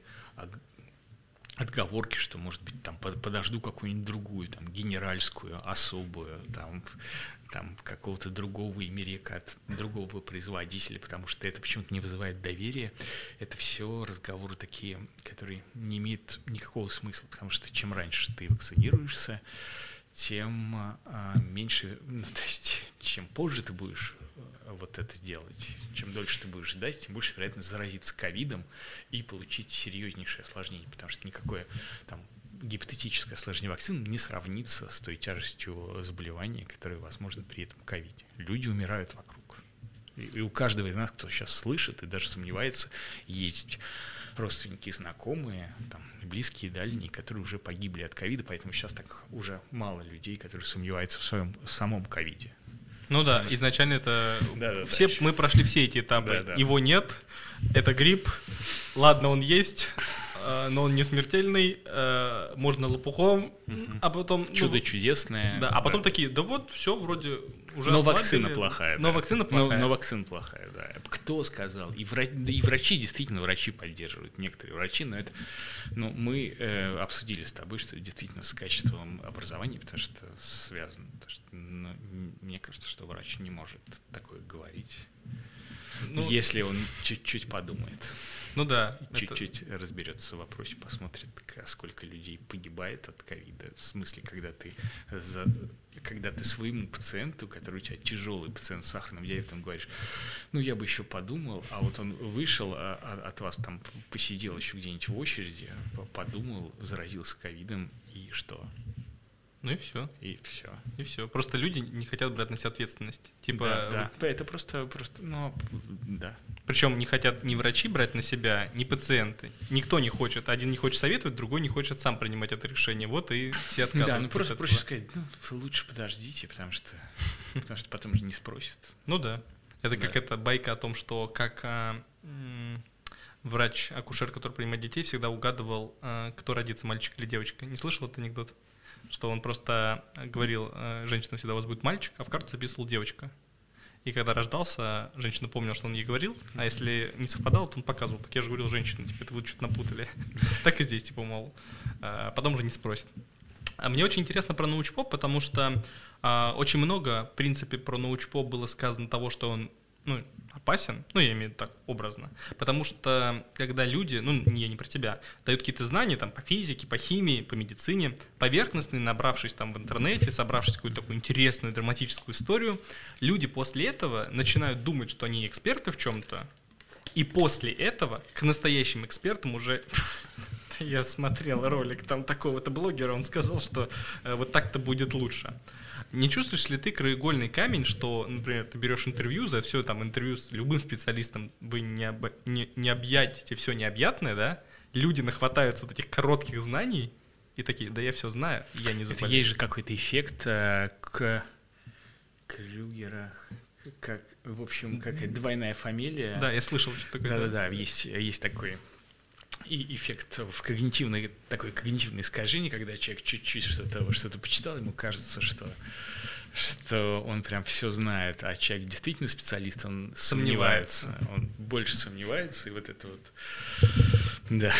отговорки, что, может быть, там подожду какую-нибудь другую, там, генеральскую, особую, там, там какого-то другого имерека от другого производителя, потому что это почему-то не вызывает доверия. Это все разговоры такие, которые не имеют никакого смысла, потому что чем раньше ты вакцинируешься, тем а, меньше, ну, то есть, чем позже ты будешь вот это делать, чем дольше ты будешь ждать, тем больше вероятность заразиться ковидом и получить серьезнейшее осложнение, потому что никакое там гипотетическое осложнение вакцины не сравнится с той тяжестью заболевания, которое возможно при этом ковиде. Люди умирают вокруг. И, и у каждого из нас, кто сейчас слышит и даже сомневается, есть родственники, знакомые, там, близкие, дальние, которые уже погибли от ковида, поэтому сейчас так уже мало людей, которые сомневаются в своем в самом ковиде. Ну да, изначально это да, да, все да, мы прошли все эти этапы. Да, да. Его нет, это грипп. Ладно, он есть, но он не смертельный, можно лопухом, угу. а потом чудо ну, чудесное. Да, а потом да. такие, да вот все вроде уже. Но вакцина плохая. Но да. вакцина плохая. Но, но вакцина плохая, да. Кто сказал? И, врач, да и врачи действительно врачи поддерживают, некоторые врачи, но это, ну, мы э, обсудили с тобой, что действительно с качеством образования, потому что связано. Потому что, ну, мне кажется, что врач не может такое говорить, ну, если он чуть-чуть подумает. Ну да. Чуть-чуть это... разберется в вопросе, посмотрит, сколько людей погибает от ковида. В смысле, когда ты, за... когда ты своему пациенту, который у тебя тяжелый пациент с сахарным диабетом, говоришь, ну я бы еще подумал, а вот он вышел а, а, от вас, там посидел еще где-нибудь в очереди, подумал, заразился ковидом, и что? Ну и все. И все. И все. Просто люди не хотят брать на себя ответственность. Типа, да, да. Вот... Это просто, просто, ну, да. Причем не хотят ни врачи брать на себя, ни пациенты. Никто не хочет. Один не хочет советовать, другой не хочет сам принимать это решение. Вот и все отказываются. Да, ну просто проще сказать, ну лучше подождите, потому что, потому что потом же не спросят. Ну да. Это да. Как эта байка о том, что как а, м- врач-акушер, который принимает детей, всегда угадывал, а, кто родится, мальчик или девочка. Не слышал этот анекдот? Что он просто говорил, женщина всегда у вас будет мальчик, а в карту записывал девочка. И когда рождался, женщина помнила, что он ей говорил, а если не совпадало, то он показывал. Так я же говорил женщине, типа, это вы что-то напутали. Так и здесь, типа, мол, потом уже не спросят. А мне очень интересно про научпоп, потому что очень много, в принципе, про научпоп было сказано того, что он, ну, опасен, ну, я имею в виду так образно, потому что когда люди, ну, я не про тебя, дают какие-то знания там по физике, по химии, по медицине, поверхностные, набравшись там в интернете, собравшись какую-то такую интересную драматическую историю, люди после этого начинают думать, что они эксперты в чем-то, и после этого к настоящим экспертам уже... Я смотрел ролик там такого-то блогера, он сказал, что вот так-то будет лучше. Не чувствуешь ли ты краеугольный камень, что, например, ты берешь интервью, за все там интервью с любым специалистом, вы не, об, не, не объятите все необъятное, да? Люди нахватаются вот этих коротких знаний и такие, да я все знаю, я не заболею. Это есть же какой-то эффект э, к Крюгера, как, в общем, как двойная фамилия. Да, я слышал, что такое. Да-да-да, есть, есть такой... И эффект в когнитивное, такое когнитивное искажение, когда человек чуть-чуть что-то, что-то почитал, ему кажется, что, что он прям все знает, а человек действительно специалист, он сомневается, сомневается. Он больше сомневается, и вот это вот, да.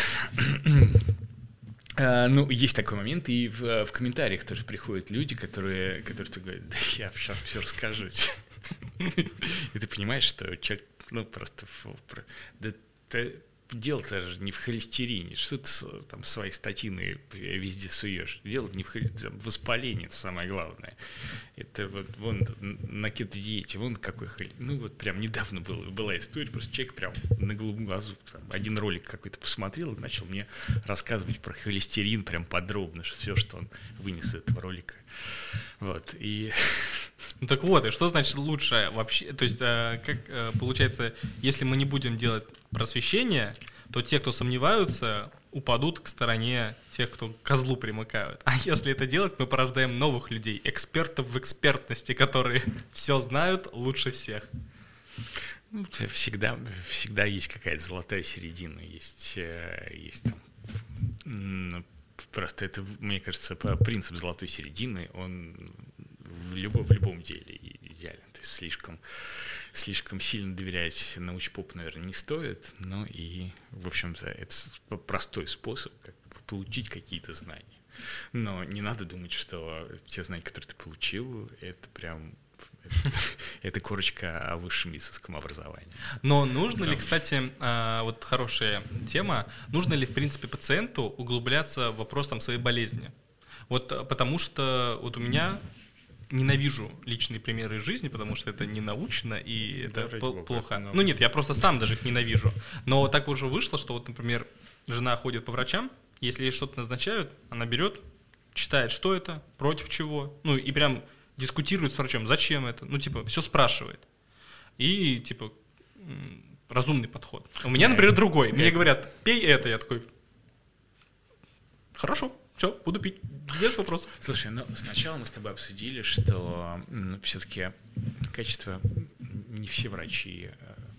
а, ну, есть такой момент, и в, в комментариях тоже приходят люди, которые, которые говорят, да я сейчас все расскажу. И ты понимаешь, что человек, ну, просто, да ты дело-то же не в холестерине. Что ты там свои статины везде суешь? Дело не в холестерине, воспаление, это самое главное. Это вот вон на кето-диете, вон какой холестерин. Ну вот прям недавно был, была история, просто человек прям на голубом глазу там, один ролик какой-то посмотрел и начал мне рассказывать про холестерин прям подробно, все, что он вынес из этого ролика. Вот, и... Ну так вот, и что значит лучше вообще? То есть, э, как э, получается, если мы не будем делать просвещение, то те, кто сомневаются, упадут к стороне тех, кто к козлу примыкают. А если это делать, мы порождаем новых людей, экспертов в экспертности, которые все знают лучше всех. Ну, всегда, всегда есть какая-то золотая середина, есть, есть там... Просто это, мне кажется, принцип золотой середины, он в любом, в любом деле идеален. То есть слишком, слишком сильно доверять научпопу, наверное, не стоит, но и, в общем-то, это простой способ как получить какие-то знания. Но не надо думать, что те знания, которые ты получил, это прям... Это корочка о высшем медицинском образовании. Но нужно ли, кстати, вот хорошая тема, нужно ли, в принципе, пациенту углубляться в вопрос там, своей болезни? Вот потому что вот у меня ненавижу личные примеры из жизни, потому что это не научно и это да, пл- плохо. Но... Ну нет, я просто сам даже их ненавижу. Но так уже вышло, что вот, например, жена ходит по врачам, если ей что-то назначают, она берет, читает, что это, против чего, ну и прям... дискутирует с врачом, зачем это, ну, типа, все спрашивает. И, типа, разумный подход. У меня, например, другой. Мне говорят, пей это, я такой, хорошо, все, буду пить, без вопросов. Слушай, ну, сначала мы с тобой обсудили, что ну, все-таки качество, не все врачи,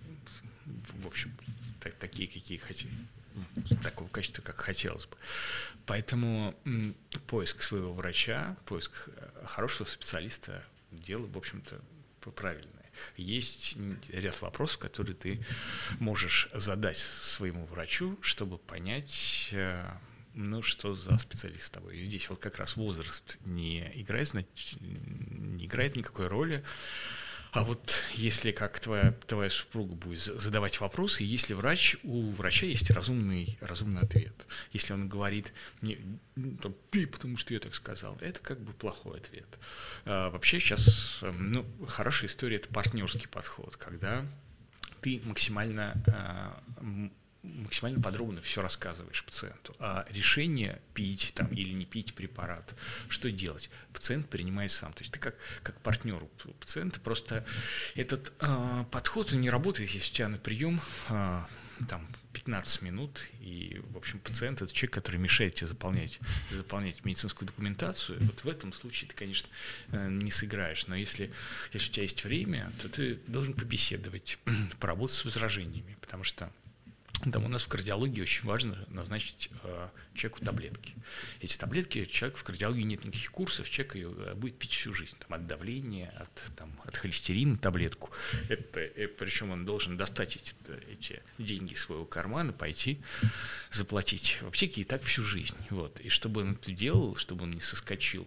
в общем, так, такие, какие хотели. Такого качества, как хотелось бы. Поэтому м, поиск своего врача, поиск хорошего специалиста – дело, в общем-то, правильное. Есть ряд вопросов, которые ты можешь задать своему врачу, чтобы понять, ну, что за специалист с тобой. И здесь вот как раз возраст не играет, не играет никакой роли. А вот если как твоя, твоя супруга будет задавать вопросы, если врач, у врача есть разумный, разумный ответ. Если он говорит, не, там, пей, потому что я так сказал, это как бы плохой ответ. А вообще сейчас, ну, хорошая история – это партнерский подход, когда ты максимально, максимально подробно все рассказываешь пациенту. А решение пить там, или не пить препарат, что делать, пациент принимает сам. То есть ты как, как партнер у пациента, просто этот э, подход не работает, если у тебя на прием э, там, пятнадцать минут, и, в общем, пациент – это человек, который мешает тебе заполнять, заполнять медицинскую документацию. Вот в этом случае ты, конечно, не сыграешь, но если, если у тебя есть время, то ты должен побеседовать, поработать с возражениями, потому что там у нас в кардиологии очень важно назначить э, человеку таблетки. Эти таблетки, человек в кардиологии нет никаких курсов, человек ее будет пить всю жизнь. Там, от давления, от, там, от холестерина таблетку. Это, э, причем он должен достать эти, эти деньги из своего кармана, пойти заплатить в аптеке и так всю жизнь. Вот. И чтобы он это делал, чтобы он не соскочил,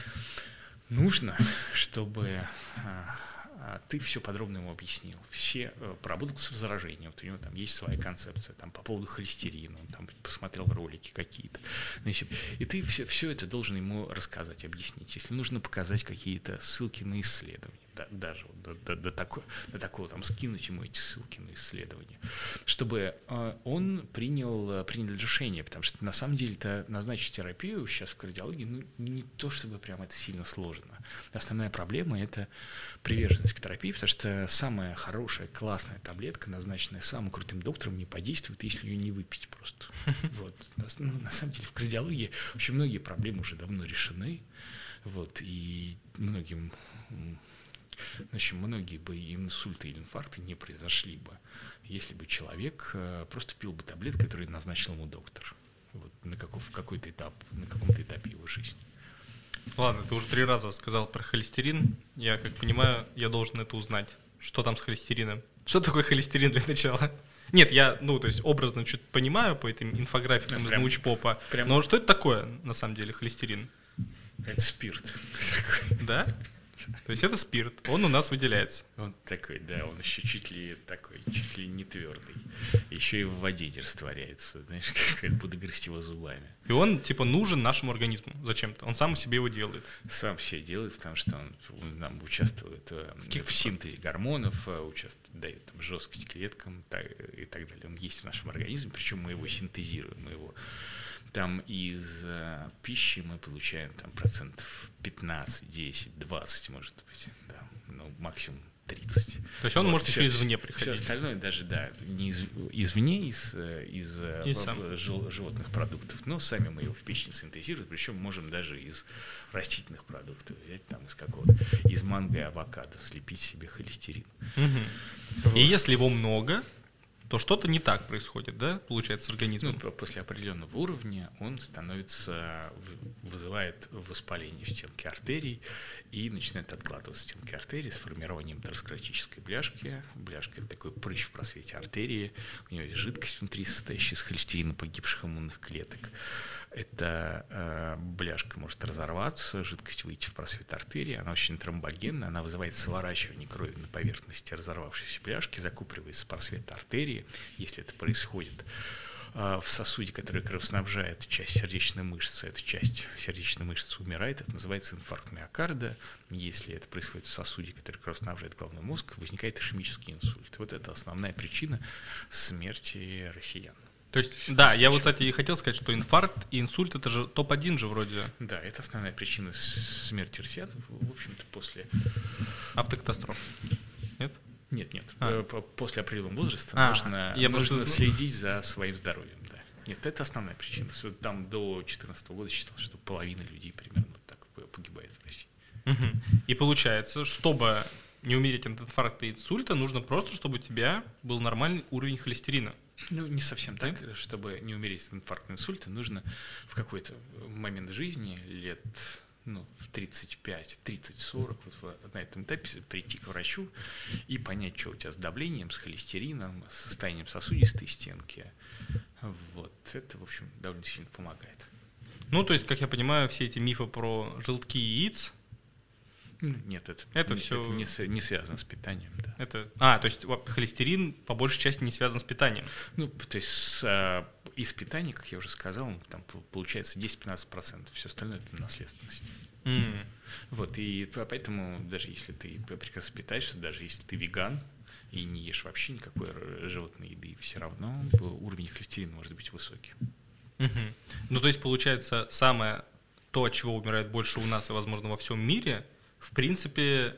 нужно, чтобы... Э, ты все подробно ему объяснил, все поработал с возражением, вот у него там есть своя концепция там, по поводу холестерина, он там посмотрел ролики какие-то. И ты все, все это должен ему рассказать, объяснить. Если нужно показать какие-то ссылки на исследования, да, даже вот до, до, до, такого, до такого там скинуть ему эти ссылки на исследования, чтобы э, он принял, принял решение, потому что на самом деле-то назначить терапию сейчас в кардиологии ну, не то, чтобы прям это сильно сложно. Основная проблема – это приверженность к терапии, потому что самая хорошая, классная таблетка, назначенная самым крутым доктором, не подействует, если ее не выпить просто. Вот. Ну, на самом деле в кардиологии очень многие проблемы уже давно решены, вот, и многим, значит, многие бы инсульты или инфаркты не произошли бы, если бы человек просто пил бы таблетки, которые назначил ему доктор, вот, на, каков, в какой-то этап, на каком-то этапе его жизни. Ладно, ты уже три раза сказал про холестерин. Я, как понимаю, я должен это узнать. Что там с холестерином? Что такое холестерин для начала? Нет, я, ну, то есть образно чуть понимаю по этим инфографикам да, из научпопа. Прям... Но что это такое, на самом деле, холестерин? Это спирт. Да? То есть это спирт, он у нас выделяется. Он такой, да, он еще чуть ли такой, чуть ли не твердый. Еще и в воде не растворяется, знаешь, как буду грызть его зубами. И он, типа, нужен нашему организму зачем-то. Он сам себе его делает. Сам все делает, потому что он, он нам участвует в синтезе гормонов, участвует, дает там жесткость клеткам и так далее. Он есть в нашем организме, причем мы его синтезируем, мы его там из э, пищи мы получаем там процентов пятнадцать, десять, двадцать, может быть, да, ну, максимум тридцать. То есть он вот, может все, еще извне приходить. Все остальное даже, да, не из, извне, из, из, из жил, животных продуктов, но сами мы его в пищи синтезируем, причем можем даже из растительных продуктов взять, там, из какого-то, из манго и авокадо, слепить себе холестерин. Угу. Вот. И если его много, то что-то не так происходит, да, получается, с организмом? Ну, после определенного уровня он становится, вызывает воспаление в стенке артерий и начинает откладываться стенки артерий с формированием атеросклеротической бляшки. Бляшка – это такой прыщ в просвете артерии, у него есть жидкость внутри, состоящая из холестерина погибших иммунных клеток. Эта э, бляшка может разорваться, жидкость выйти в просвет артерии, она очень тромбогенная, она вызывает сворачивание крови на поверхности разорвавшейся бляшки, закупоривается просвет артерии. Если это происходит э, в сосуде, который кровоснабжает часть сердечной мышцы, эта часть сердечной мышцы умирает, это называется инфаркт миокарда. Если это происходит в сосуде, который кровоснабжает головной мозг, возникает ишемический инсульт. Вот это основная причина смерти россиян. То есть, да, я вот, кстати, и хотел сказать, что инфаркт и инсульт – это же топ один же вроде. Да, это основная причина смерти россиян, в общем-то, после… Автокатастроф. Нет? Нет, нет. А. После определенного возраста а, нужно, я нужно просто... следить за своим здоровьем. Да. Нет, это основная причина. Там до две тысячи четырнадцатого года считалось, что половина людей примерно вот так погибает в России. Угу. И получается, чтобы не умереть от инфаркта и инсульта, нужно просто, чтобы у тебя был нормальный уровень холестерина. Ну, не совсем так. Чтобы не умереть от инфаркта и инсульта, нужно в какой-то момент жизни, лет ну, в тридцать пять тридцать сорок, вот на этом этапе прийти к врачу и понять, что у тебя с давлением, с холестерином, с состоянием сосудистой стенки. Вот. Это, в общем, довольно сильно помогает. Ну, то есть, как я понимаю, все эти мифы про желтки яиц. Нет, это, это, не, все... это не, не связано с питанием. Да. Это... А, то есть холестерин по большей части не связан с питанием. Ну, то есть с, а, из питания, как я уже сказал, там получается десять-пятнадцать процентов. Все остальное – это наследственность. Mm. Вот, и поэтому даже если ты прекрасно питаешься, даже если ты веган и не ешь вообще никакой животной еды, все равно уровень холестерина может быть высокий. Mm-hmm. Ну, то есть получается самое то, от чего умирает больше у нас и, возможно, во всем мире – в принципе,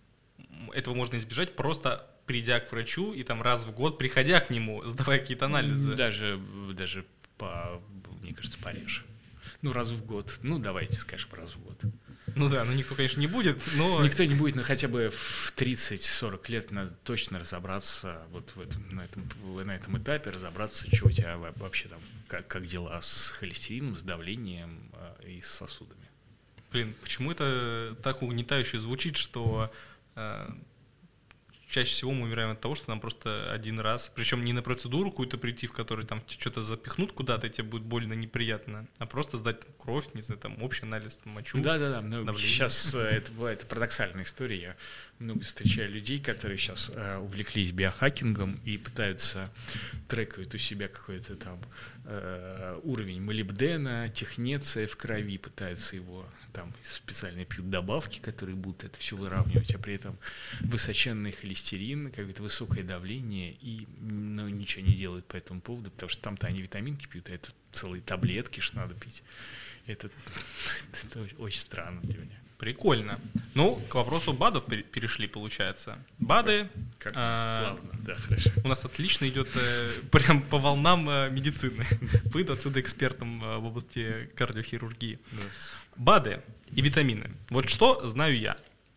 этого можно избежать, просто придя к врачу и там раз в год, приходя к нему, сдавая какие-то анализы. Даже, даже по, мне кажется, пореже. Ну, раз в год. Ну, давайте скажем, раз в год. Ну да, ну никто, конечно, не будет, но… Никто не будет, но хотя бы в тридцать-сорок лет надо точно разобраться вот в этом, на, этом, на этом этапе, разобраться, что у тебя вообще там, как, как дела с холестерином, с давлением и с сосудами. Блин, почему это так угнетающе звучит, что э, чаще всего мы умираем от того, что нам просто один раз, причем не на процедуру какую-то прийти, в которой там что-то запихнут куда-то, и тебе будет больно, неприятно, а просто сдать там, кровь, не знаю, там общий анализ, там, мочу. Да-да-да, ну, сейчас это бывает парадоксальная история. Я много встречаю людей, которые сейчас э, увлеклись биохакингом и пытаются трекать у себя какой-то там э, уровень молибдена, технеция в крови, пытаются его там специально пьют добавки, которые будут это все выравнивать, а при этом высоченный холестерин, какое-то высокое давление, и ну, ничего не делают по этому поводу, потому что там-то они витаминки пьют, а это целые таблетки, что надо пить. Это, это очень странно для меня. Прикольно. Ну, к вопросу БАДов перешли, получается. БАДы. Как а, плавно, да, хорошо. У нас отлично идет э, прям по волнам э, медицины. Выйду отсюда экспертом э, в области кардиохирургии. БАДы и витамины. Вот что знаю я.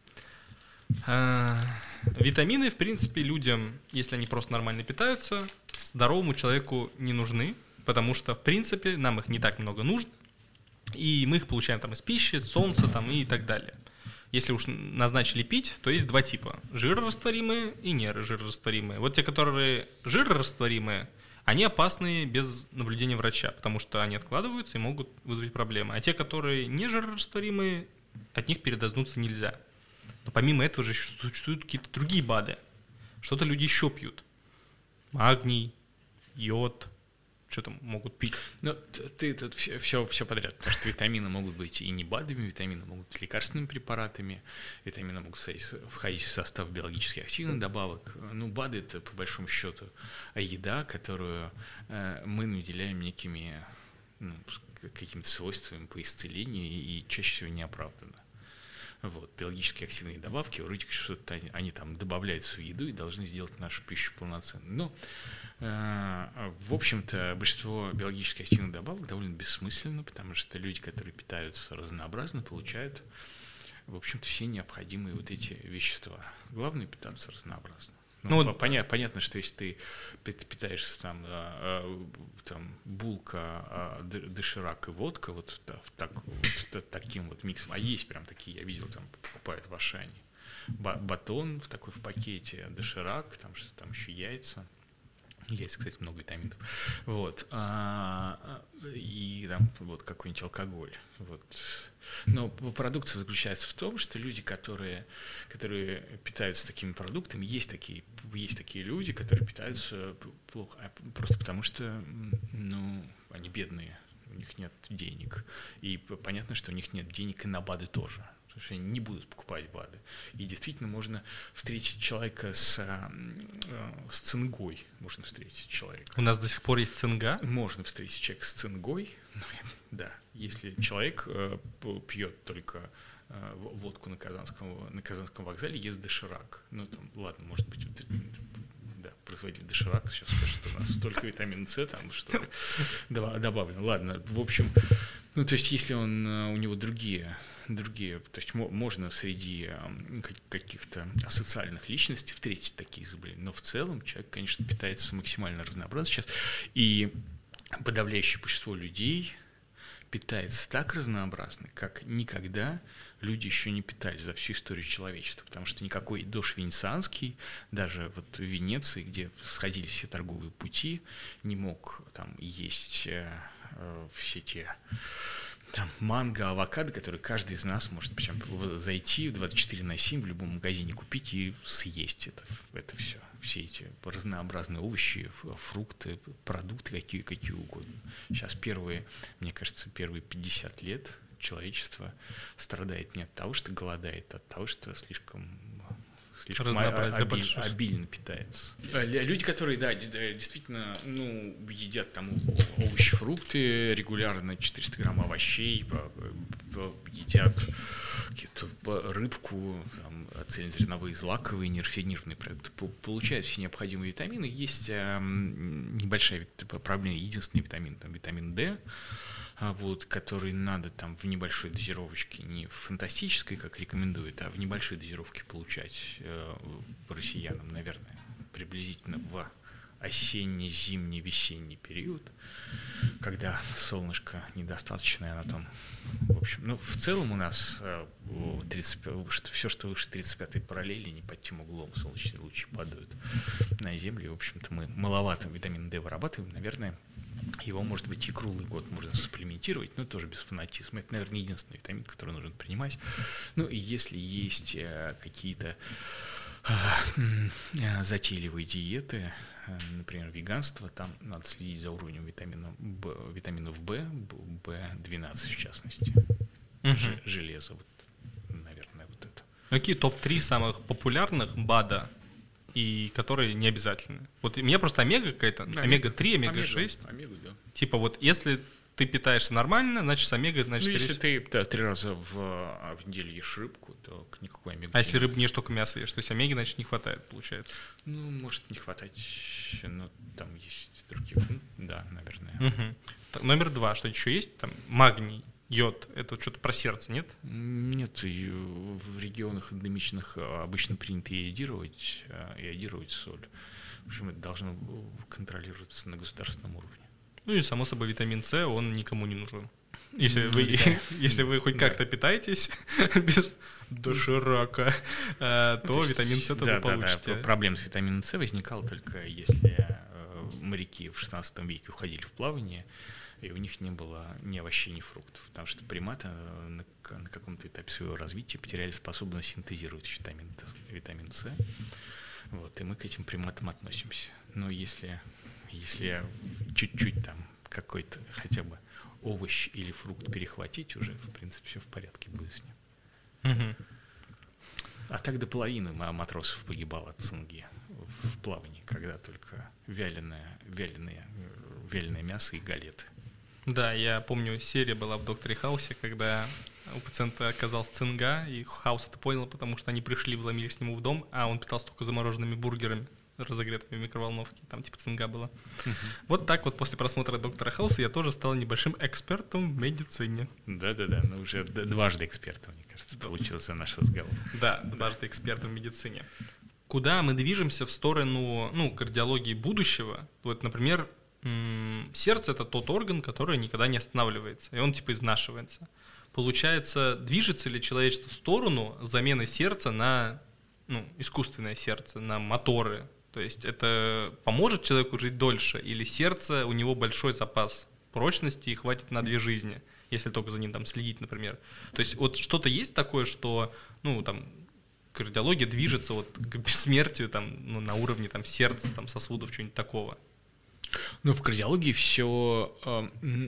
А, витамины, в принципе, людям, если они просто нормально питаются, здоровому человеку не нужны, потому что, в принципе, нам их не так много нужно. И мы их получаем там из пищи, с солнца там, и так далее. Если уж назначили пить, то есть два типа. Жирорастворимые и нежирорастворимые. Вот те, которые жирорастворимые, они опасны без наблюдения врача, потому что они откладываются и могут вызвать проблемы. А те, которые не жирорастворимые, от них передознуться нельзя. Но помимо этого же еще существуют какие-то другие БАДы. Что-то люди еще пьют. Магний, йод, что там могут пить. Ну, ты тут все, все, все подряд, потому что витамины могут быть и не БАДами, витамины могут быть лекарственными препаратами, витамины могут входить в состав биологически активных добавок. Ну, БАДы — это, по большому счету, еда, которую мы наделяем некими, ну, какими-то свойствами по исцелению и чаще всего неоправданно. Вот, биологически активные добавки, вроде как что-то они, они там добавляются в еду и должны сделать нашу пищу полноценной. Но, э, в общем-то, большинство биологически активных добавок довольно бессмысленно, потому что люди, которые питаются разнообразно, получают, в общем-то, все необходимые вот эти вещества. Главное — питаться разнообразно. Ну, ну, понятно, понятно, что если ты питаешься там, там булка, доширак и водка вот, так, вот таким вот миксом, а есть прям такие, я видел, там покупают в Ашане, батон в такой в пакете, доширак, там что там еще яйца. Яйца, кстати, много витаминов. Вот. А, и там вот какой-нибудь алкоголь. Вот. Но парадокс заключается в том, что люди, которые, которые питаются такими продуктами, есть такие, есть такие люди, которые питаются плохо, просто потому что, ну, они бедные, у них нет денег. И понятно, что у них нет денег и на БАДы тоже. Потому что они не будут покупать БАДы. И действительно можно встретить человека с, с цингой. Можно встретить человека. У нас до сих пор есть цинга? Можно встретить человека с цингой. Да, если человек пьет только водку на Казанском, на Казанском вокзале, ест доширак. Ну, там, ладно, может быть, да, производитель доширак сейчас скажет, что у нас столько витамина С, там, что добавлено. Ладно, в общем, ну, то есть, если он, у него другие, другие, то есть, можно среди каких-то асоциальных личностей встретить такие заболевания, но в целом человек, конечно, питается максимально разнообразно сейчас, и подавляющее большинство людей питается так разнообразно, как никогда люди еще не питались за всю историю человечества, потому что никакой дож венецианский, даже вот в Венеции, где сходились все торговые пути, не мог там есть э, все те там манго, авокадо, которые каждый из нас может причем зайти в двадцать четыре на семь в любом магазине купить и съесть это, это все. Все эти разнообразные овощи, фрукты, продукты, какие, какие угодно. Сейчас первые, мне кажется, первые пятьдесят лет человечество страдает не от того, что голодает, а от того, что слишком, слишком обиль, обильно питается. Люди, которые, да, действительно, ну, едят там овощи, фрукты регулярно, четыреста грамм овощей, едят какие-то рыбку, там, цельнозерновые, злаковые, нерафинированные продукты, получают все необходимые витамины. Есть э, небольшая проблема, единственный витамин, там, витамин D, вот, который надо там в небольшой дозировочке, не в фантастической, как рекомендуют, а в небольшой дозировке получать э, россиянам, наверное, приблизительно в осенний, зимний, весенний период, когда солнышко недостаточное, оно там, в общем, ну, в целом у нас тридцать, все, что выше тридцать пятой параллели, не под тем углом солнечные лучи падают на Землю, и, в общем-то, мы маловато витамин D вырабатываем, наверное, его, может быть, и круглый год можно сапплементировать, но тоже без фанатизма. Это, наверное, единственный витамин, который нужно принимать. Ну, и если есть какие-то затейливые диеты, например, веганство, там надо следить за уровнем витамина Б, витаминов В, бэ двенадцать в частности, угу. Ж, железо, вот, наверное, вот это. Какие топ три самых популярных БАДа, и которые не обязательны? Вот у меня просто омега какая-то, омега три, омега шесть. Омегу, да. Типа вот если ты питаешься нормально, значит с омегой, значит... Ну, если ты да, три раза в, в неделю ешь рыбку, то никакой омеги... А если рыбу не ешь, только мясо ешь, то есть омеги, значит, не хватает, получается? Ну, может не хватать, но там есть другие... Да, наверное. Угу. Так, номер два, что еще есть? Там магний, йод, это что-то про сердце, нет? Нет, в регионах эндемичных обычно принято иодировать, иодировать соль. В общем, это должно контролироваться на государственном уровне. Ну и, само собой, витамин С, он никому не нужен. Если, ну, вы, да. если вы хоть да. как-то питаетесь без доширака, то, то витамин С да, вы получите. Да, да. Проблема с витамином С возникала только если моряки в шестнадцатом веке уходили в плавание, и у них не было ни овощей, ни фруктов, потому что приматы на, на каком-то этапе своего развития потеряли способность синтезировать витамин, витамин С. Вот, и мы к этим приматам относимся. Но если, если чуть-чуть там какой-то хотя бы овощ или фрукт перехватить, уже, в принципе, все в порядке будет с ним. Угу. А так до половины матросов погибало от цинги в плавании, когда только вяленое, вяленое, вяленое мясо и галеты. Да, я помню, серия была в «Докторе Хаусе», когда у пациента оказалась цинга, и Хаус это понял, потому что они пришли, вломились к нему в дом, а он питался только замороженными бургерами, разогретыми в микроволновке, там типа цинга была. Uh-huh. Вот так вот после просмотра «Доктора Хауса» я тоже стал небольшим экспертом в медицине. Да-да-да, ну уже дважды экспертом, мне кажется, получился наш разговор. Да, дважды экспертом в медицине. Куда мы движемся в сторону, ну, кардиологии будущего? Вот, например, сердце — это тот орган, который никогда не останавливается, и он типа изнашивается. Получается, движется ли человечество в сторону замены сердца на, ну, искусственное сердце, на моторы? То есть это поможет человеку жить дольше, или сердце, у него большой запас прочности и хватит на две жизни, если только за ним там следить, например. То есть вот что-то есть такое, что, ну, там, кардиология движется вот к бессмертию там, ну, на уровне там сердца, там, сосудов, чего-нибудь такого? Ну, в кардиологии все э,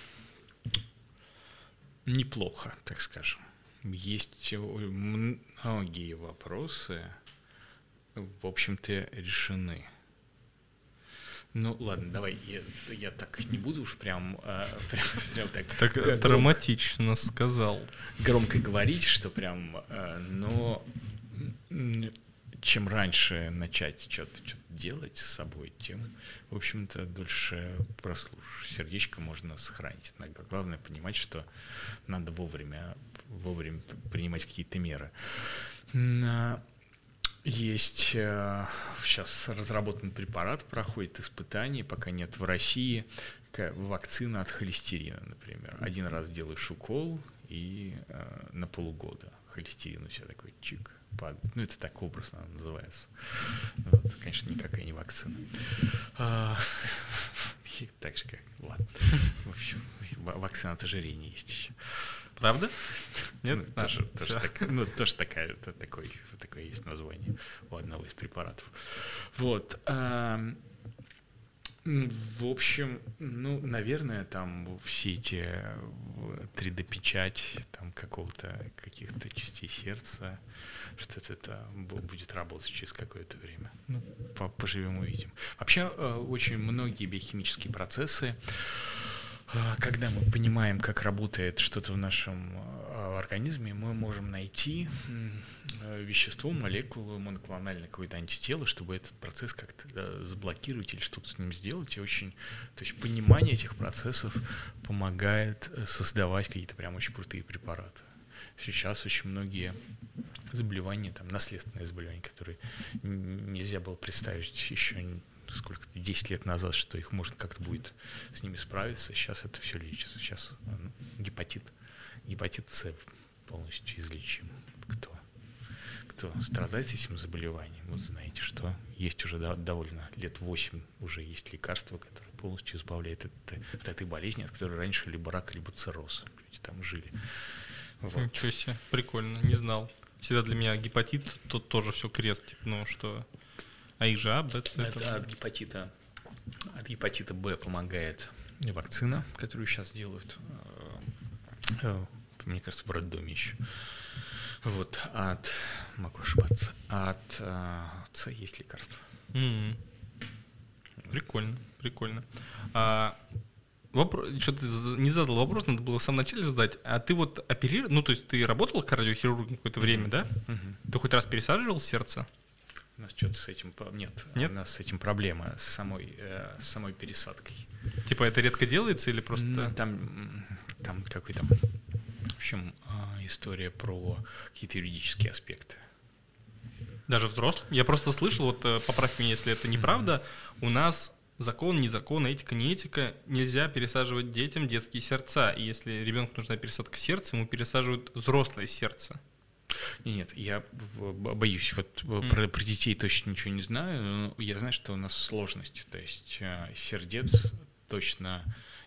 неплохо, так скажем. Есть многие вопросы, в общем-то, решены. Ну, ладно, давай, я, я так не буду уж прям, э, прям, прям так... Так громко, драматично сказал. Громко говорить, что прям, э, но... Чем раньше начать что-то, что-то делать с собой, тем, в общем-то, дольше прослушаешь. Сердечко можно сохранить. Главное понимать, что надо вовремя, вовремя принимать какие-то меры. Есть сейчас разработан препарат, проходит испытания, пока нет в России, вакцина от холестерина, например. Один раз делаешь укол, и на полгода холестерин у тебя такой чик. Ну, это так образно называется. Вот, конечно, никакая не вакцина. А, так же как, ладно. В общем, вакцина от ожирения есть еще. Правда? Нет? Ну, тоже, а, тоже, так, ну, тоже такая, это, такой, такое есть название у одного из препаратов. Вот. А, в общем, ну, наверное, там все эти три дэ-печать там какого-то, каких-то частей сердца, что-то это будет работать через какое-то время. Ну, поживем, увидим. Вообще, очень многие биохимические процессы, когда мы понимаем, как работает что-то в нашем организме, мы можем найти вещество, молекулу, моноклональное какое-то антитело, чтобы этот процесс как-то заблокировать или что-то с ним сделать. И очень, то есть понимание этих процессов помогает создавать какие-то прям очень крутые препараты. Сейчас очень многие заболевания, там, наследственные заболевания, которые нельзя было представить еще сколько-то, десять лет назад, что их можно как-то будет с ними справиться. Сейчас это все лечится. Сейчас ну, гепатит, гепатит С полностью излечим. Кто, кто страдает этим заболеванием, вот знаете, что есть уже да, довольно лет восемь уже есть лекарства, которые полностью избавляют от, от этой болезни, от которой раньше либо рак, либо цирроз. Люди там жили. Вот. Ничего себе, прикольно, не знал. Всегда для меня гепатит, тут тоже все крест, типа, ну что... А их же А, Б, С. Это от гепатита, от гепатита Б помогает вакцина, которую сейчас делают, мне кажется, в роддоме еще. Вот, от, могу ошибаться, от С есть лекарство. Mm-hmm. Прикольно, прикольно. А, вопрос, что-то не задал вопрос, надо было в самом начале задать. А ты вот оперировал, ну то есть ты работал кардиохирургом какое-то время, mm-hmm. да? Mm-hmm. Ты хоть раз пересаживал сердце? У нас что-то с этим нет, нет? У нас с этим проблема, с самой, э, с самой пересадкой. Типа это редко делается или просто... Ну, там, там какой-то, в общем, история про какие-то юридические аспекты. Даже взрослым? Я просто слышал, вот поправь меня, если это неправда, mm-hmm. у нас закон, не закон, этика, не этика, нельзя пересаживать детям детские сердца. И если ребенку нужна пересадка сердца, ему пересаживают взрослое сердце. Нет, я боюсь, вот mm. про, про детей точно ничего не знаю, но я знаю, что у нас сложность, то есть сердец точно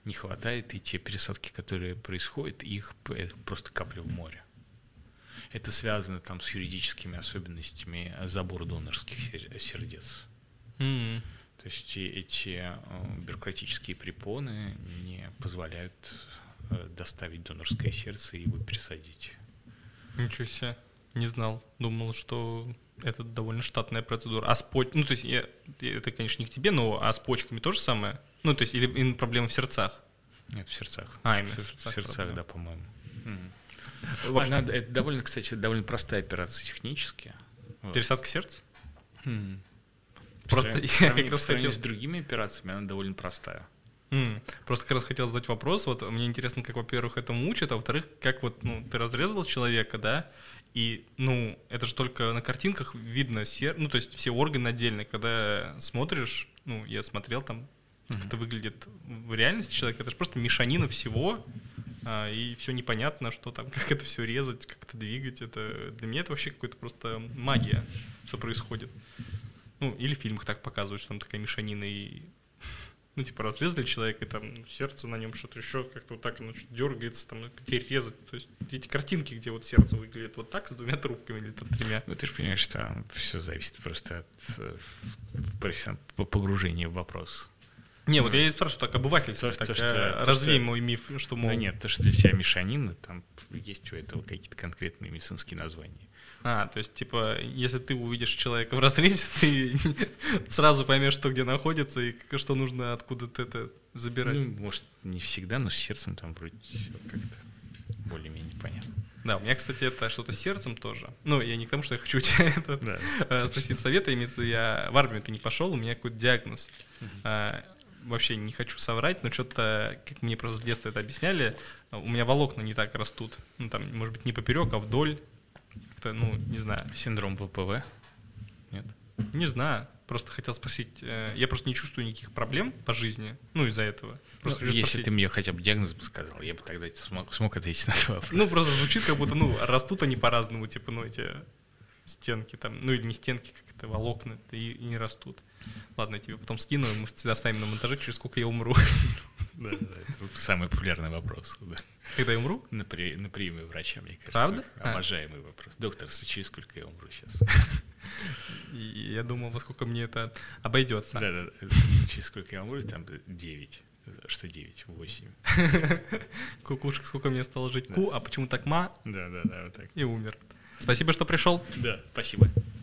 не хватает, и те пересадки, которые происходят, их просто капля в море. Это связано там с юридическими особенностями забора донорских сердец. Mm-hmm. То есть эти бюрократические препоны не позволяют доставить донорское сердце и его пересадить. Ничего себе, не знал. Думал, что это довольно штатная процедура. А с поч... Ну, то есть, я... это, конечно, не к тебе, но а с почками то же самое? Ну, то есть, или, или проблема в сердцах? Нет, в сердцах. А, именно в, в сердцах. В сердцах, да, по-моему. Mm. Она, это довольно, кстати, довольно простая операция технически. Пересадка вот. Сердца? Mm. Просто я как раз хотел... с другими операциями она довольно простая. Mm. Просто как раз хотел задать вопрос. Вот мне интересно, как, во-первых, этому учат, а во-вторых, как вот, ну, ты разрезал человека, да, и, ну, это же только на картинках видно, сер... ну, то есть все органы отдельно. Когда смотришь, ну, я смотрел там, как mm-hmm. это выглядит в реальности человека, это же просто мешанина всего, а, и все непонятно, что там, как это все резать, как это двигать. Это для меня это вообще какая-то просто магия, что происходит. Ну, или в фильмах так показывают, что там такая мешанина, и, ну, типа, разрезали человека, и там сердце на нем что-то еще как-то вот так оно дергается, там, где резать. То есть эти картинки, где вот сердце выглядит вот так, с двумя трубками или там тремя. Ну, ты же понимаешь, что все зависит просто от погружения в вопрос. Не, вот я и спрашиваю, так, обыватель, то, так, то, что, развей то, мой миф, что, мол... Ну, нет, то, что для себя мешанина, там есть у этого какие-то конкретные медицинские названия. А, то есть, типа, если ты увидишь человека в разрезе, ты сразу поймешь, что где находится и что нужно откуда-то это забирать. Ну, может, не всегда, но с сердцем там вроде все как-то более-менее понятно. Да, у меня, кстати, это что-то с сердцем тоже. Ну, я не к тому, что я хочу у тебя это, да. спросить совета, имеется в виду, я в армию-то не пошел, у меня какой-то диагноз. Uh-huh. А, вообще не хочу соврать, но что-то, как мне просто с детства это объясняли, у меня волокна не так растут. Ну, там, может быть, не поперек, а вдоль. Как-то, ну, не знаю. Синдром ППВ? Нет? Не знаю. Просто хотел спросить. Я просто не чувствую никаких проблем по жизни, ну, из-за этого. Просто ну, если спросить. Ты мне хотя бы диагноз бы сказал, я бы тогда смог, смог ответить на этот вопрос. Ну, просто звучит, как будто, ну, растут они по-разному, типа, ну, эти стенки там, ну, или не стенки, как это, волокна, и, и не растут. Ладно, я тебе потом скину, мы всегда оставим на монтаже, через сколько я умру. Да, да, это самый популярный вопрос. Да. Когда я умру? На, при, на приеме врача, мне кажется. Правда? Обожаемый а. вопрос. Доктор, через сколько я умру сейчас? И я думал, во сколько мне это обойдется. Да, да, через сколько я умру, там девять. Что девять? восемь. Кукушка, сколько мне стало жить? Ку, а почему так ма? Да, да, да, вот так. И умер. Спасибо, что пришел. Да, спасибо.